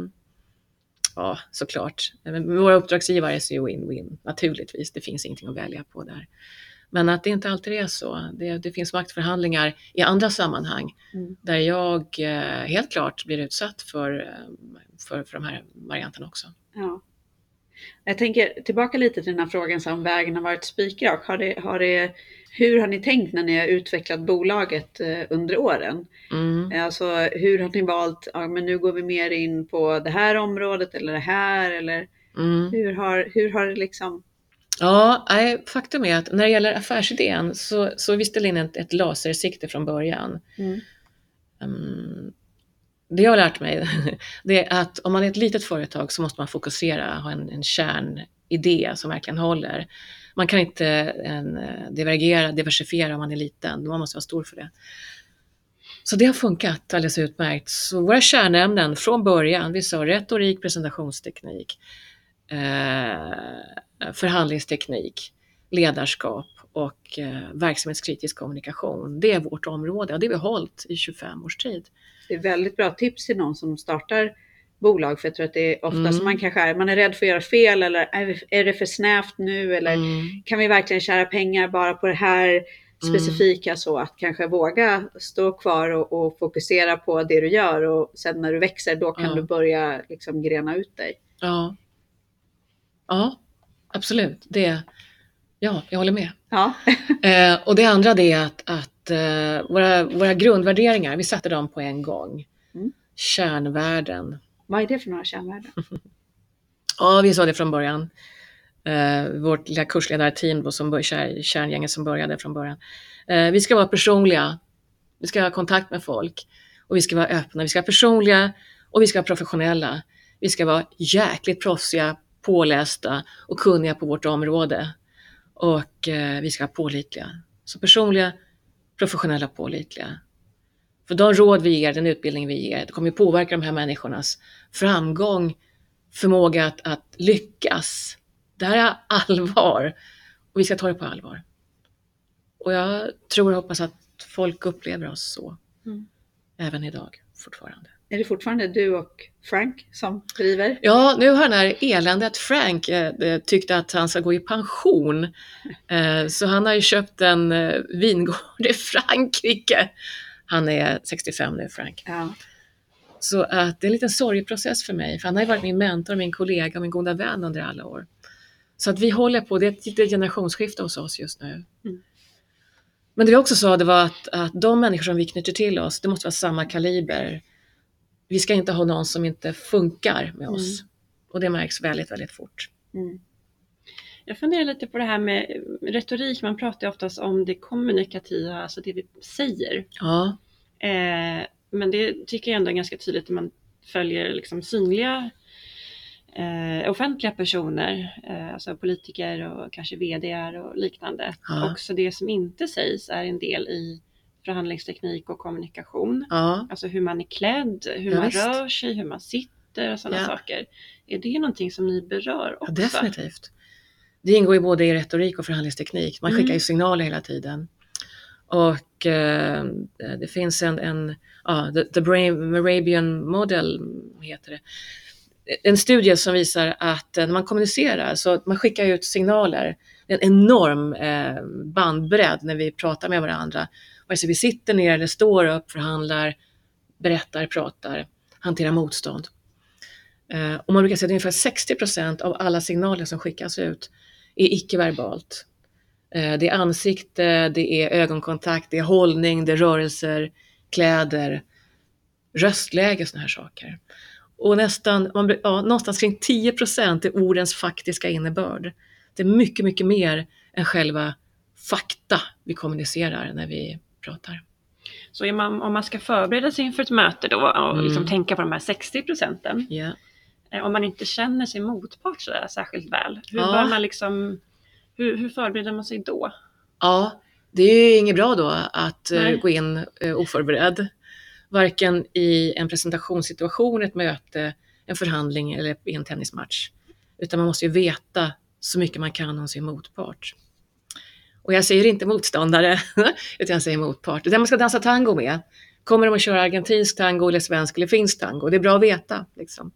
ja såklart, med våra uppdragsgivare är ju win-win. Naturligtvis, det finns ingenting att välja på där. Men att det inte alltid är så. Det, det finns maktförhandlingar i andra sammanhang. Mm. Där jag eh, helt klart blir utsatt för, för, för de här varianterna också. Ja. Jag tänker tillbaka lite till den här frågan om vägen har varit spikrak. Har det, har det, hur har ni tänkt när ni har utvecklat bolaget eh, under åren? Mm. Alltså hur har ni valt, ja, men nu går vi mer in på det här området eller det här? Eller mm. hur, har, hur har det liksom... Ja, faktum är att när det gäller affärsidén så, så vi ställer in ett, ett lasersikte från början. Mm. Um, det jag har lärt mig det är att om man är ett litet företag så måste man fokusera, ha en, en kärnidé som verkligen håller. Man kan inte en, divergera, diversifiera om man är liten, man måste vara stor för det. Så det har funkat alldeles utmärkt. Så våra kärnämnen från början, vi sa retorik, presentationsteknik, eh, förhandlingsteknik, ledarskap och eh, verksamhetskritisk kommunikation. Det är vårt område och det har vi hållit i tjugofem års tid. Det är väldigt bra tips till någon som startar bolag, för jag tror att det är ofta mm. som man kanske är, man är rädd för att göra fel, eller är det för snävt nu, eller mm. kan vi verkligen tjäna pengar bara på det här specifika, mm. så att kanske våga stå kvar och, och fokusera på det du gör, och sen när du växer då kan ja. du börja liksom grena ut dig. Ja. Ja, absolut. Det, ja, jag håller med. Ja. eh, och det andra det är att, att eh, våra, våra grundvärderingar, vi satte dem på en gång. Mm. Kärnvärden. Vad är det för några kärnvärden? Ja, vi sa det från början. Eh, vårt lilla kursledarteam då, som kär, kärngänget som började från början. Eh, vi ska vara personliga. Vi ska ha kontakt med folk. Och vi ska vara öppna. Vi ska vara personliga. Och vi ska vara professionella. Vi ska vara jäkligt proffsiga, pålästa och kunniga på vårt område. Och eh, vi ska vara pålitliga. Så personliga, professionella, pålitliga. För de råd vi ger, den utbildning vi ger, det kommer ju påverka de här människornas framgång, förmåga att, att lyckas. Det här är allvar. Och vi ska ta det på allvar. Och jag tror och hoppas att folk upplever oss så. Mm. Även idag fortfarande. Är det fortfarande du och Frank som driver? Ja, nu har den här eländet Frank eh, tyckte att han ska gå i pension. Eh, så han har ju köpt en eh, vingård i Frankrike. Han är sextiofem nu, Frank. Ja. Så att det är en liten sorgprocess för mig. För han har ju varit min mentor, min kollega och min goda vän under alla år. Så att vi håller på, det är ett generationsskifte hos oss just nu. Mm. Men det vi också sa, det var att, att de människor som vi knyter till oss, det måste vara samma kaliber. Vi ska inte ha någon som inte funkar med oss. Mm. Och det märks väldigt, väldigt fort. Mm. Jag funderar lite på det här med retorik. Man pratar ju oftast om det kommunikativa, alltså det vi säger. Ja. Eh, men det tycker jag ändå är ganska tydligt när man följer liksom synliga eh, offentliga personer. Eh, alltså politiker och kanske vd:ar och liknande. Ja. Också det som inte sägs är en del i förhandlingsteknik och kommunikation. Ja. Alltså hur man är klädd, hur ja, man visst. rör sig, hur man sitter och sådana ja. saker. Är det någonting som ni berör också? Ja, definitivt. Det ingår ju både i retorik och förhandlingsteknik. Man skickar Mm. ju signaler hela tiden. Och eh, det finns en, en ja, The, the Moravian Model heter det. En studie som visar att när man kommunicerar så man skickar ut signaler. Det är en enorm eh, bandbredd när vi pratar med varandra. Vare sig vi sitter ner eller står upp, förhandlar, berättar, pratar, hanterar motstånd. Eh, och man brukar säga att ungefär sextio procent av alla signaler som skickas ut är icke-verbalt. Eh, det är ansikte, det är ögonkontakt, det är hållning, det är rörelser, kläder, röstläge och såna här saker. Och nästan, man, ja, någonstans kring tio procent är ordens faktiska innebörd. Det är mycket, mycket mer än själva fakta vi kommunicerar när vi pratar. Så är man, om man ska förbereda sig inför ett möte då och mm. liksom tänka på de här sextio procenten. Yeah. Om man inte känner sig motpart så där särskilt väl. Hur, ja. bör man liksom, hur, hur förbereder man sig då? Ja, det är ju inget bra då att Nej. gå in oförberedd. Varken i en presentationssituation, ett möte, en förhandling eller i en tennismatch. Utan man måste ju veta så mycket man kan om sin motpart. Och jag säger inte motståndare, utan jag säger motpart. Det är man ska dansa tango med. Kommer de att köra argentinsk tango eller svensk eller finsk tango? Det är bra att veta. Liksom.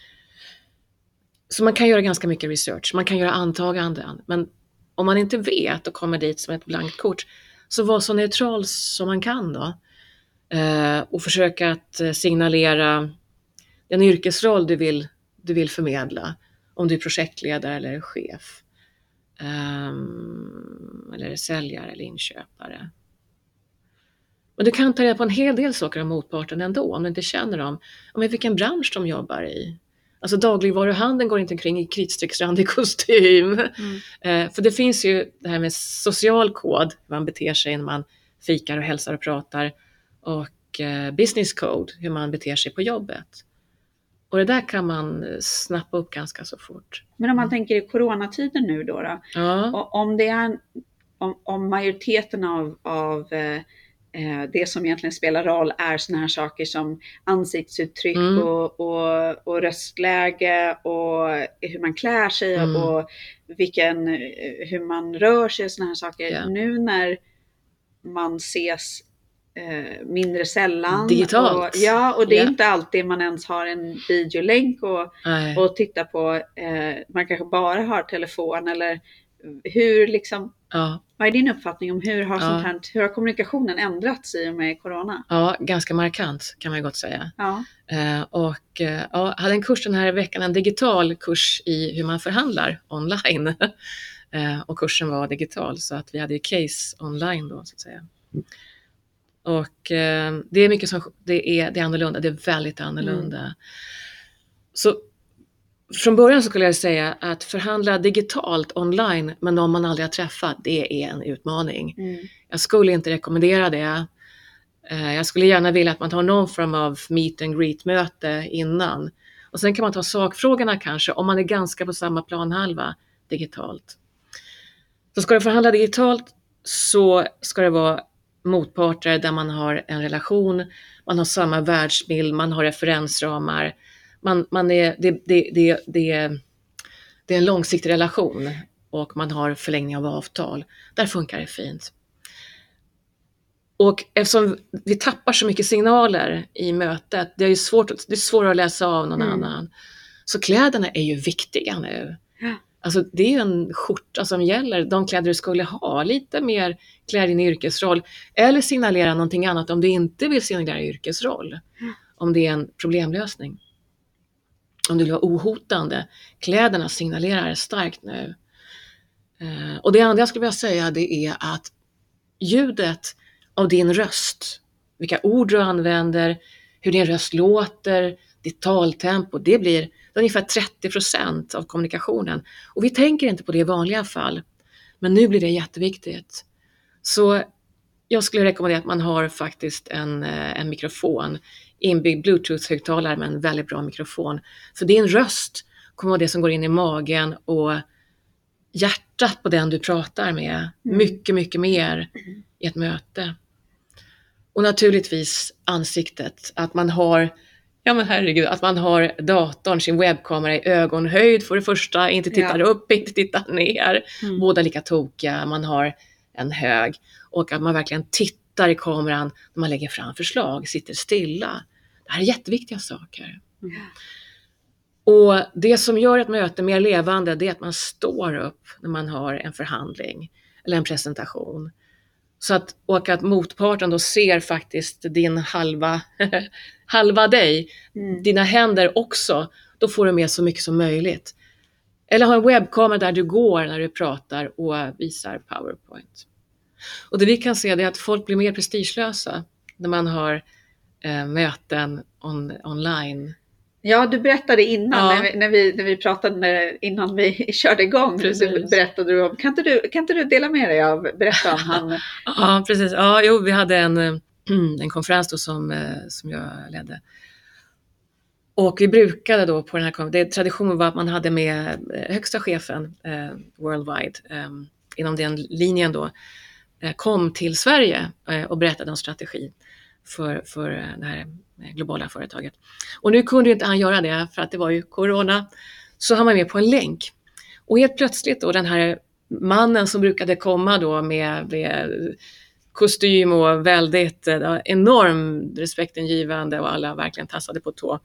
Så man kan göra ganska mycket research. Man kan göra antaganden. Men om man inte vet och kommer dit som ett blankt kort, så var så neutral som man kan då. Uh, och försöka att signalera den yrkesroll du vill, du vill förmedla. Om du är projektledare eller chef. Um, eller säljare eller inköpare. Men du kan ta reda på en hel del saker om motparten ändå. Om du inte känner dem. Om vilken bransch de jobbar i. Alltså dagligvaruhandeln går inte omkring i kritstrecksrandig kostym. Mm. Uh, för det finns ju det här med social kod. Hur man beter sig när man fikar och hälsar och pratar. Och uh, business code. Hur man beter sig på jobbet. Och det där kan man snappa upp ganska så fort. Men om man tänker i coronatiden nu då, då ja. och om, det är, om, om majoriteten av, av eh, det som egentligen spelar roll är såna här saker som ansiktsuttryck mm. och, och, och röstläge och hur man klär sig mm. och vilken, hur man rör sig och såna här saker. Yeah. Nu när man ses Eh, mindre sällan. Digitalt. Och, ja, och det är yeah. inte alltid man ens har en videolänk och, och titta på. Eh, man kanske bara har telefon eller hur liksom. Ja. Vad är din uppfattning om hur har, ja. sånt här, hur har kommunikationen ändrats i och med corona? Ja, ganska markant kan man ju gott säga. Ja. Eh, och eh, ja, hade en kurs den här veckan, en digital kurs i hur man förhandlar online. eh, och kursen var digital så att vi hade ju case online då så att säga. Och eh, det är mycket som det är, det är annorlunda, det är väldigt annorlunda. Mm. Så från början så skulle jag säga att förhandla digitalt online med någon man aldrig har träffat, det är en utmaning. Mm. Jag skulle inte rekommendera det. Jag skulle gärna vilja att man tar någon form av meet and greet-möte innan. Och sen kan man ta sakfrågorna kanske om man är ganska på samma planhalva digitalt. Så ska du förhandla digitalt så ska det vara motparter där man har en relation, man har samma världsbild, man har referensramar. Man, man är, det, det, det, det, det är en långsiktig relation och man har förlängning av avtal. Där funkar det fint. Och eftersom vi tappar så mycket signaler i mötet, det är ju svårt, det är svårt att läsa av någon mm. annan. Så kläderna är ju viktiga nu. Ja. Alltså det är ju en skjorta som gäller, de kläder du skulle ha, lite mer kläder i din yrkesroll. Eller signalera någonting annat om du inte vill signalera yrkesroll. Ja. Om det är en problemlösning. Om du vill vara ohotande. Kläderna signalerar starkt nu. Uh, och det andra jag skulle vilja säga det är att ljudet av din röst, vilka ord du använder, hur din röst låter, ditt taltempo, det blir ungefär trettio procent av kommunikationen. Och vi tänker inte på det i vanliga fall, men nu blir det jätteviktigt. Så jag skulle rekommendera att man har faktiskt en, en mikrofon, inbyggd Bluetooth-högtalare med en väldigt bra mikrofon. För din röst kommer vara det som går in i magen och hjärtat på den du pratar med. Mm. Mycket, mycket mer i ett möte. Och naturligtvis ansiktet, att man har, ja men herregud, att man har datorn, sin webbkamera i ögonhöjd för det första, inte tittar ja. upp, inte tittar ner, mm. båda lika tokiga, man har en hög och att man verkligen tittar i kameran när man lägger fram förslag, sitter stilla. Det här är jätteviktiga saker. Mm. Och det som gör ett möte mer levande, det är att man står upp när man har en förhandling eller en presentation. Så att, och att motparten då ser faktiskt din halva, halva dig, mm. dina händer också, då får du med så mycket som möjligt. Eller ha en webbkamera där du går när du pratar och visar PowerPoint. Och det vi kan se är att folk blir mer prestigelösa när man har eh, möten on, online. Ja, du berättade innan ja. när, vi, när, vi, när vi pratade med, innan vi körde igång. Så berättade du om, kan inte du, kan inte du dela med dig av, berätta om han? Ja, precis. Ja, jo, vi hade en, en konferens då som, som jag ledde. Och vi brukade då på den här, det traditionen var att man hade med högsta chefen eh, worldwide eh, inom den linjen då eh, kom till Sverige eh, och berättade om strategi för, för det här globala företaget. Och nu kunde inte han göra det för att det var ju corona. Så han var med på en länk. Och helt plötsligt då den här mannen som brukade komma då med, med kostym och väldigt uh, enorm respektingivande och alla verkligen tassade på tå.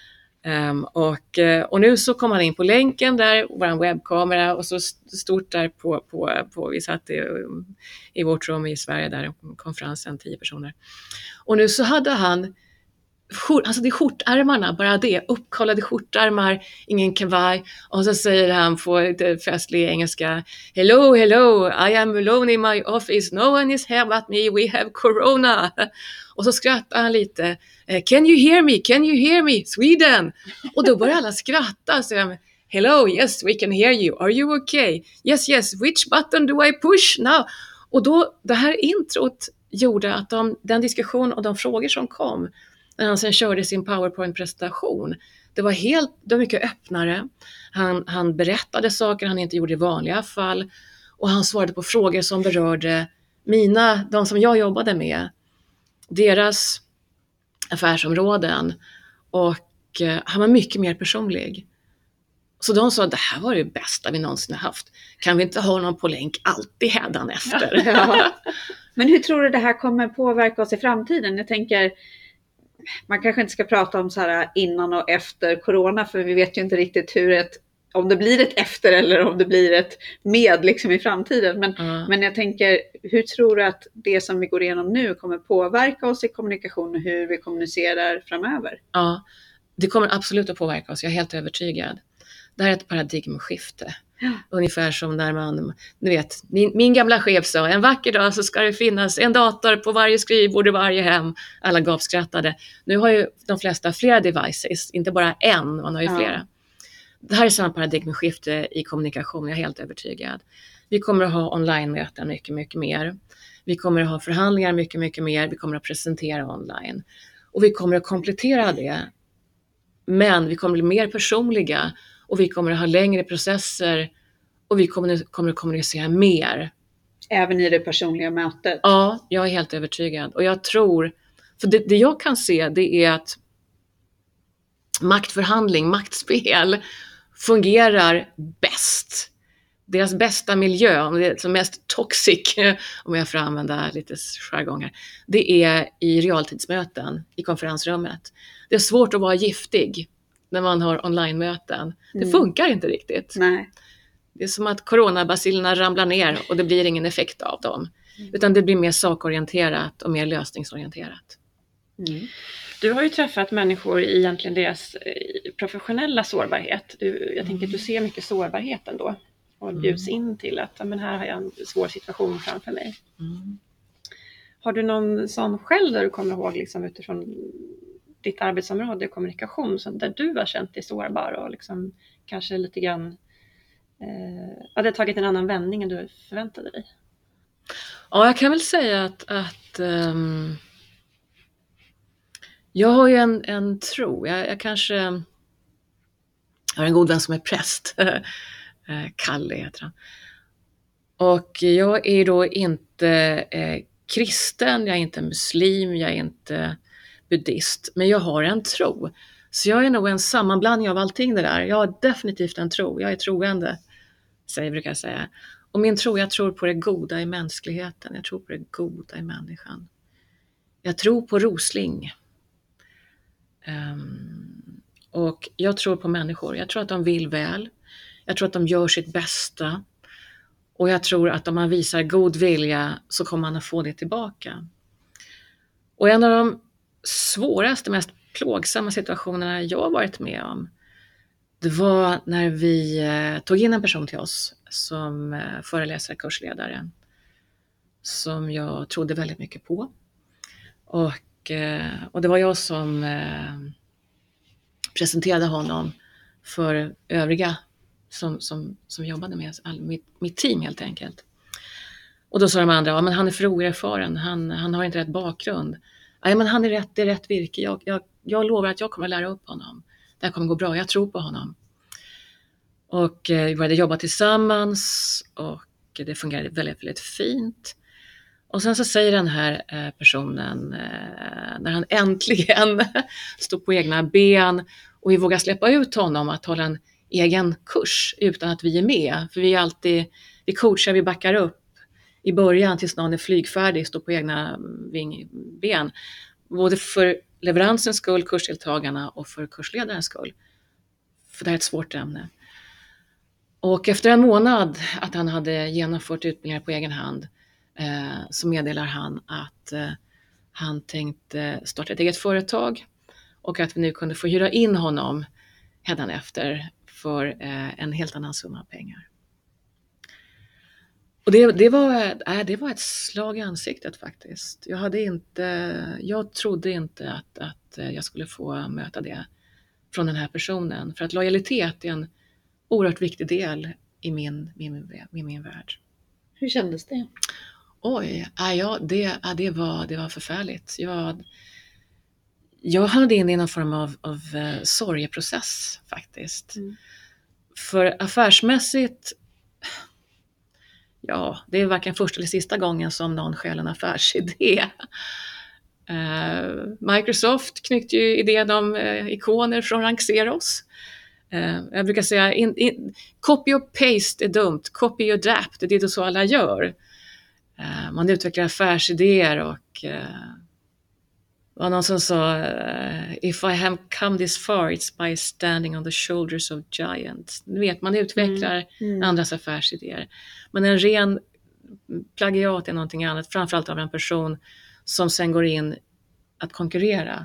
Um, och, uh, och nu så kom han in på länken där, vår webbkamera och så stort där på, på, på vi satt i, i vårt rum i Sverige där, konferensen, tio personer. Och nu så hade han alltså det är skjortärmarna, bara det, uppkollade skjortärmar, ingen kavaj, och så säger han på lite festlig engelska, hello, hello, I am alone in my office, no one is here but me, we have corona. Och så skrattar han lite, can you hear me, can you hear me, Sweden? Och då börjar alla skratta, så jag, hello, yes, we can hear you, are you okay? Yes, yes, which button do I push now? Och då, det här introt gjorde att de, den diskussion och de frågor som kom när han sen körde sin PowerPoint-presentation, det var helt, det var mycket öppnare. Han, han berättade saker han inte gjorde i vanliga fall. Och han svarade på frågor som berörde mina, de som jag jobbade med. Deras affärsområden. Och eh, han var mycket mer personlig. Så de sa, det här var det bästa vi någonsin har haft. Kan vi inte ha någon på länk alltid hädanefter? Ja. Men hur tror du det här kommer påverka oss i framtiden? Jag tänker, man kanske inte ska prata om så här innan och efter corona, för vi vet ju inte riktigt hur ett, om det blir ett efter eller om det blir ett med liksom i framtiden. Men, mm. men jag tänker, hur tror du att det som vi går igenom nu kommer påverka oss i kommunikation och hur vi kommunicerar framöver? Ja, det kommer absolut att påverka oss, jag är helt övertygad. Det här är ett paradigmskifte. Ja. Ungefär som när man, ni vet, min, min gamla chef sa, en vacker dag så ska det finnas en dator på varje skrivbord i varje hem. Alla gapskrattade. Nu har ju de flesta flera devices, inte bara en, man har ju ja. flera. Det här är samma paradigmskifte i kommunikation, jag är helt övertygad. Vi kommer att ha online-möten mycket, mycket mer. Vi kommer att ha förhandlingar mycket, mycket mer. Vi kommer att presentera online. Och vi kommer att komplettera det. Men vi kommer att bli mer personliga. Och vi kommer att ha längre processer. Och vi kommer, kommer att kommunicera mer. Även i det personliga mötet? Ja, jag är helt övertygad. Och jag tror, för det, det jag kan se, det är att maktförhandling, maktspel fungerar bäst. Deras bästa miljö, det som mest toxic, om jag får använda lite jargonger, det är i realtidsmöten, i konferensrummet. Det är svårt att vara giftig när man har online-möten. Det mm. funkar inte riktigt. Nej. Det är som att coronabacillerna ramlar ner och det blir ingen effekt av dem. Mm. Utan det blir mer sakorienterat och mer lösningsorienterat. Mm. Du har ju träffat människor i egentligen deras professionella sårbarhet. Du, jag mm. tänker att du ser mycket sårbarhet ändå. Och bjuds mm. in till att men här har jag en svår situation framför mig. Mm. Har du någon sån själv där du kommer ihåg liksom, utifrån ditt arbetsområde kommunikation så där du har känt dig sårbar och liksom, kanske lite grann eh, hade tagit en annan vändning än du förväntade dig? Ja, jag kan väl säga att, att um, jag har ju en, en tro. Jag, jag kanske har en god vän som är präst. Kalle heter han. Och jag är då inte eh, kristen, jag är inte muslim, jag är inte buddhist. Men jag har en tro. Så jag är nog en sammanblandning av allting det där. Jag har definitivt en tro. Jag är troende, säger brukar jag säga. Och min tro, jag tror på det goda i mänskligheten. Jag tror på det goda i människan. Jag tror på Rosling. Um, och jag tror på människor. Jag tror att de vill väl. Jag tror att de gör sitt bästa. Och jag tror att om man visar god vilja så kommer man att få det tillbaka. Och en av de svåraste, mest plågsamma situationerna jag har varit med om, det var när vi tog in en person till oss som föreläsare, kursledare, som jag trodde väldigt mycket på. Och, och det var jag som presenterade honom för övriga som, som, som jobbade med all, mitt, mitt team helt enkelt. Och då sa de andra, ja, men han är för oerfaren, han, han har inte rätt bakgrund. Ja, men han är rätt, det är rätt virke, jag, jag, jag lovar att jag kommer lära upp honom. Det här kommer gå bra, jag tror på honom. Och eh, vi började jobba tillsammans och det fungerade väldigt, väldigt fint. Och sen så säger den här eh, personen, eh, när han äntligen står på egna ben och vi vågar släppa ut honom att hålla en egen kurs utan att vi är med. För vi är alltid, vi coachar, vi backar upp i början tills någon är flygfärdig, står på egna ben. Både för leveransens skull, kursdeltagarna och för kursledarens skull. För det här är ett svårt ämne. Och efter en månad att han hade genomfört utbildningar på egen hand eh, så meddelar han att eh, han tänkte starta ett eget företag och att vi nu kunde få hyra in honom hädanefter för eh, en helt annan summa pengar. Och det, det, var, äh, det var ett slag i ansiktet faktiskt. Jag, hade inte, jag trodde inte att, att jag skulle få möta det från den här personen. För att lojalitet är en oerhört viktig del i min, min, min, min värld. Hur kändes det? Oj, äh, ja, det, äh, det, var, det var förfärligt. Jag, jag hade in i någon form av, av uh, sorgeprocess faktiskt. Mm. För affärsmässigt, ja, det är varken första eller sista gången som någon skäl en affärsidé. Uh, Microsoft knyckte ju idén om uh, ikoner från Ranxeros. Uh, jag brukar säga, in, in, copy och paste är dumt, copy och adapt, det är det så alla gör. Uh, man utvecklar affärsidéer och uh, det var någon som sa uh, if I have come this far it's by standing on the shoulders of giants. Ni vet, man utvecklar mm. Mm. andras affärsidéer. Men en ren plagiat är någonting annat, framförallt av en person som sen går in att konkurrera.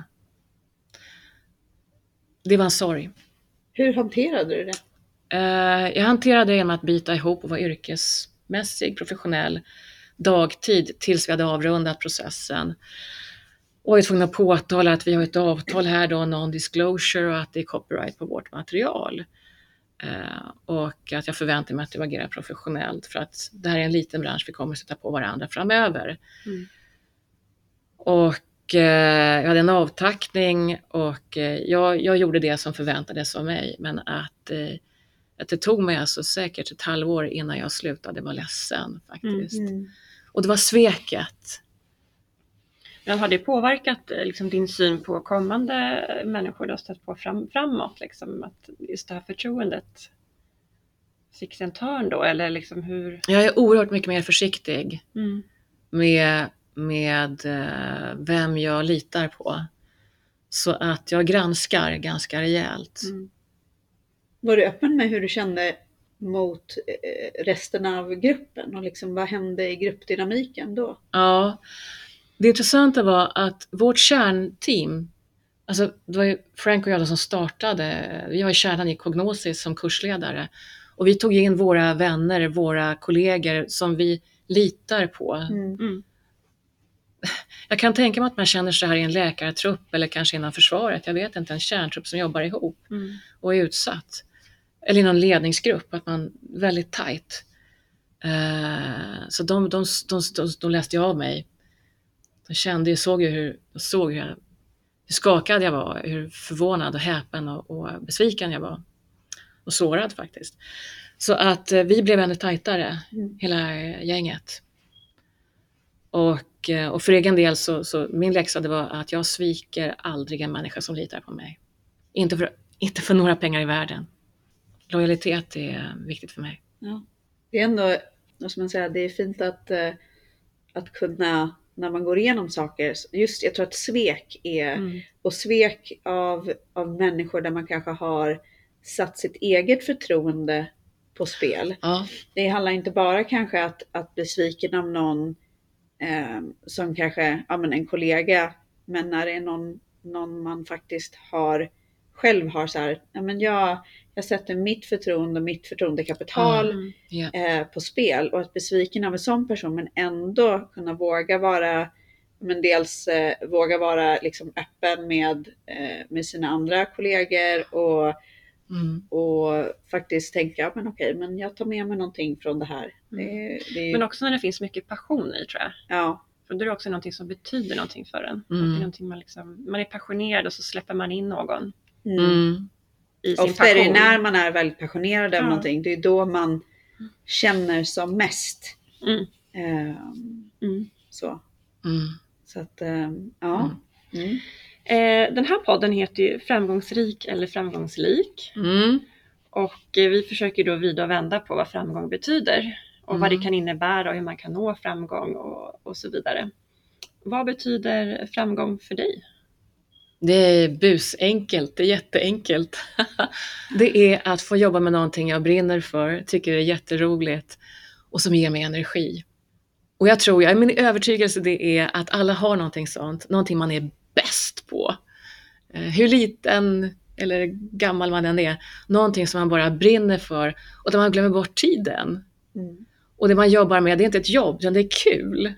Det var en sorg. Hur hanterade du det? Uh, jag hanterade det genom att byta ihop och vara yrkesmässig, professionell dagtid tills vi hade avrundat processen. Och jag är tvungen att påtala att vi har ett avtal här då, non-disclosure, och att det är copyright på vårt material. Eh, och att jag förväntar mig att du agerar professionellt, för att det här är en liten bransch, vi kommer att sätta på varandra framöver. Mm. Och eh, jag hade en avtackning och eh, jag, jag gjorde det som förväntades av mig, men att, eh, att det tog mig alltså säkert ett halvår innan jag slutade vara ledsen faktiskt. Mm. Och det var sveket. Men har det påverkat liksom, din syn på kommande människor du har stött på fram, framåt? Liksom, att just det här förtroendet fick sig en törn då? Eller liksom hur? Jag är oerhört mycket mer försiktig mm. med, med vem jag litar på. Så att jag granskar ganska rejält. Mm. Var du öppen med hur du kände mot resten av gruppen? Och liksom, vad hände i gruppdynamiken då? Ja. Det intressanta var att vårt kärnteam, alltså det var ju Frank och jag som startade, vi har kärnan i Cognosis som kursledare, och vi tog in våra vänner, våra kollegor som vi litar på. Mm. Mm. Jag kan tänka mig att man känner så här i en läkartrupp eller kanske inom försvaret, jag vet inte, en kärntrupp som jobbar ihop mm. och är utsatt. Eller i någon ledningsgrupp, att man är väldigt tajt. Uh, så de, de, de, de, de läste jag av mig. Jag kände, jag såg ju hur, jag såg hur, hur skakad jag var, hur förvånad och häpen och, och besviken jag var. Och sårad faktiskt. Så att eh, vi blev ännu tajtare, mm. hela gänget. Och, och för egen del så, så min läxa det var att jag sviker aldrig en människa som litar på mig. Inte för, inte för några pengar i världen. Lojalitet är viktigt för mig. Ja. Det är ändå, som man säger, det är fint att, att kunna, när man går igenom saker, just jag tror att svek är, mm. och svek av, av människor där man kanske har satt sitt eget förtroende på spel. Ja. Det handlar inte bara kanske att, att bli sviken av någon eh, som kanske, ja men en kollega, men när det är någon, någon man faktiskt har, själv har så här, ja men jag, jag sätter mitt förtroende och mitt förtroendekapital mm. yeah. eh, på spel, och att besviken av en sån person men ändå kunna våga vara, men dels eh, våga vara liksom öppen med, eh, med sina andra kollegor och, mm. och faktiskt tänka, men okej, men jag tar med mig någonting från det här. Mm. Det, det... Men också när det finns mycket passion i, tror jag. Ja. För det är också någonting som betyder någonting för en. Mm. Det är någonting man, liksom, man är passionerad och så släpper man in någon. Mm. Mm. I sin ofta passion. Är det när man är väldigt passionerad av ja. någonting, det är då man känner som mest. Mm. Um, mm. Så. Mm. Så att, um, ja. Mm. Mm. Eh, den här podden heter ju Framgångsrik eller framgångslik. Mm. Och eh, vi försöker då vrida och vända på vad framgång betyder. Och mm. vad det kan innebära och hur man kan nå framgång och, och så vidare. Vad betyder framgång för dig? Det är busenkelt, det är jätteenkelt. Det är att få jobba med någonting jag brinner för, tycker det är jätteroligt och som ger mig energi. Och jag tror, jag, min övertygelse det är att alla har någonting sånt, någonting man är bäst på. Hur liten eller gammal man än är, någonting som man bara brinner för och där man glömmer bort tiden. Mm. Och det man jobbar med, det är inte ett jobb, utan det är kul.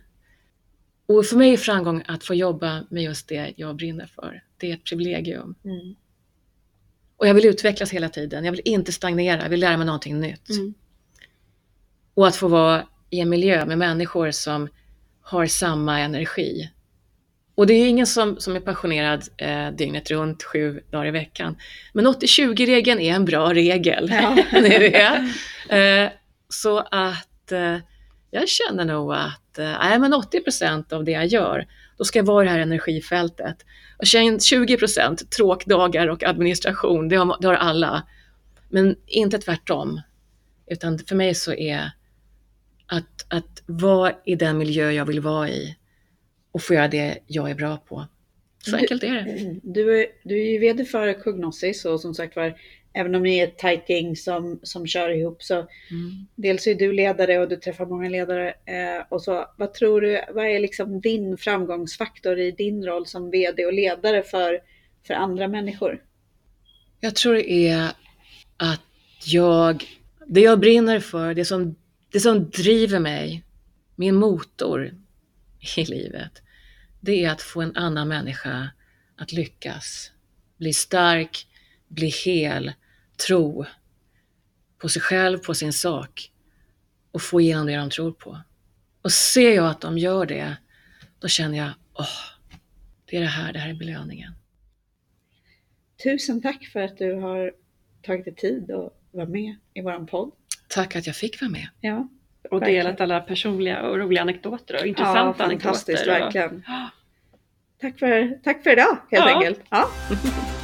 Och för mig är framgång att få jobba med just det jag brinner för. Det är ett privilegium. Mm. Och jag vill utvecklas hela tiden. Jag vill inte stagnera. Jag vill lära mig någonting nytt. Mm. Och att få vara i en miljö med människor som har samma energi. Och det är ingen som, som är passionerad eh, dygnet runt sju dagar i veckan. Men åttio tjugo-regeln är en bra regel. Ja. det är. Eh, så att eh, jag känner nog att eh, men åttio procent av det jag gör, då ska jag vara i det här energifältet. Och tjugo procent tråkdagar och administration, det har, det har alla. Men inte tvärtom. Utan för mig så är att, att vara i den miljö jag vill vara i och få göra det jag är bra på. Så enkelt är det. Du är, du är ju vd för Cognosis och som sagt var, även om ni är ett tajt gäng som, som kör ihop så mm. dels är du ledare och du träffar många ledare eh, och så, vad tror du, vad är liksom din framgångsfaktor i din roll som vd och ledare för, för andra människor? Jag tror det är att jag, det jag brinner för, det som, det som driver mig, min motor i livet, det är att få en annan människa att lyckas, bli stark, bli hel, tro på sig själv, på sin sak och få igenom det de tror på. Och ser jag att de gör det, då känner jag, åh, det är det här, det här är belöningen. Tusen tack för att du har tagit dig tid att vara med i våran podd. Tack att jag fick vara med. Ja, och delat alla personliga och roliga anekdoter och intressanta ja, fantastiskt, anekdoter. Verkligen. Och... Tack, för, tack för idag helt ja. enkelt. Ja.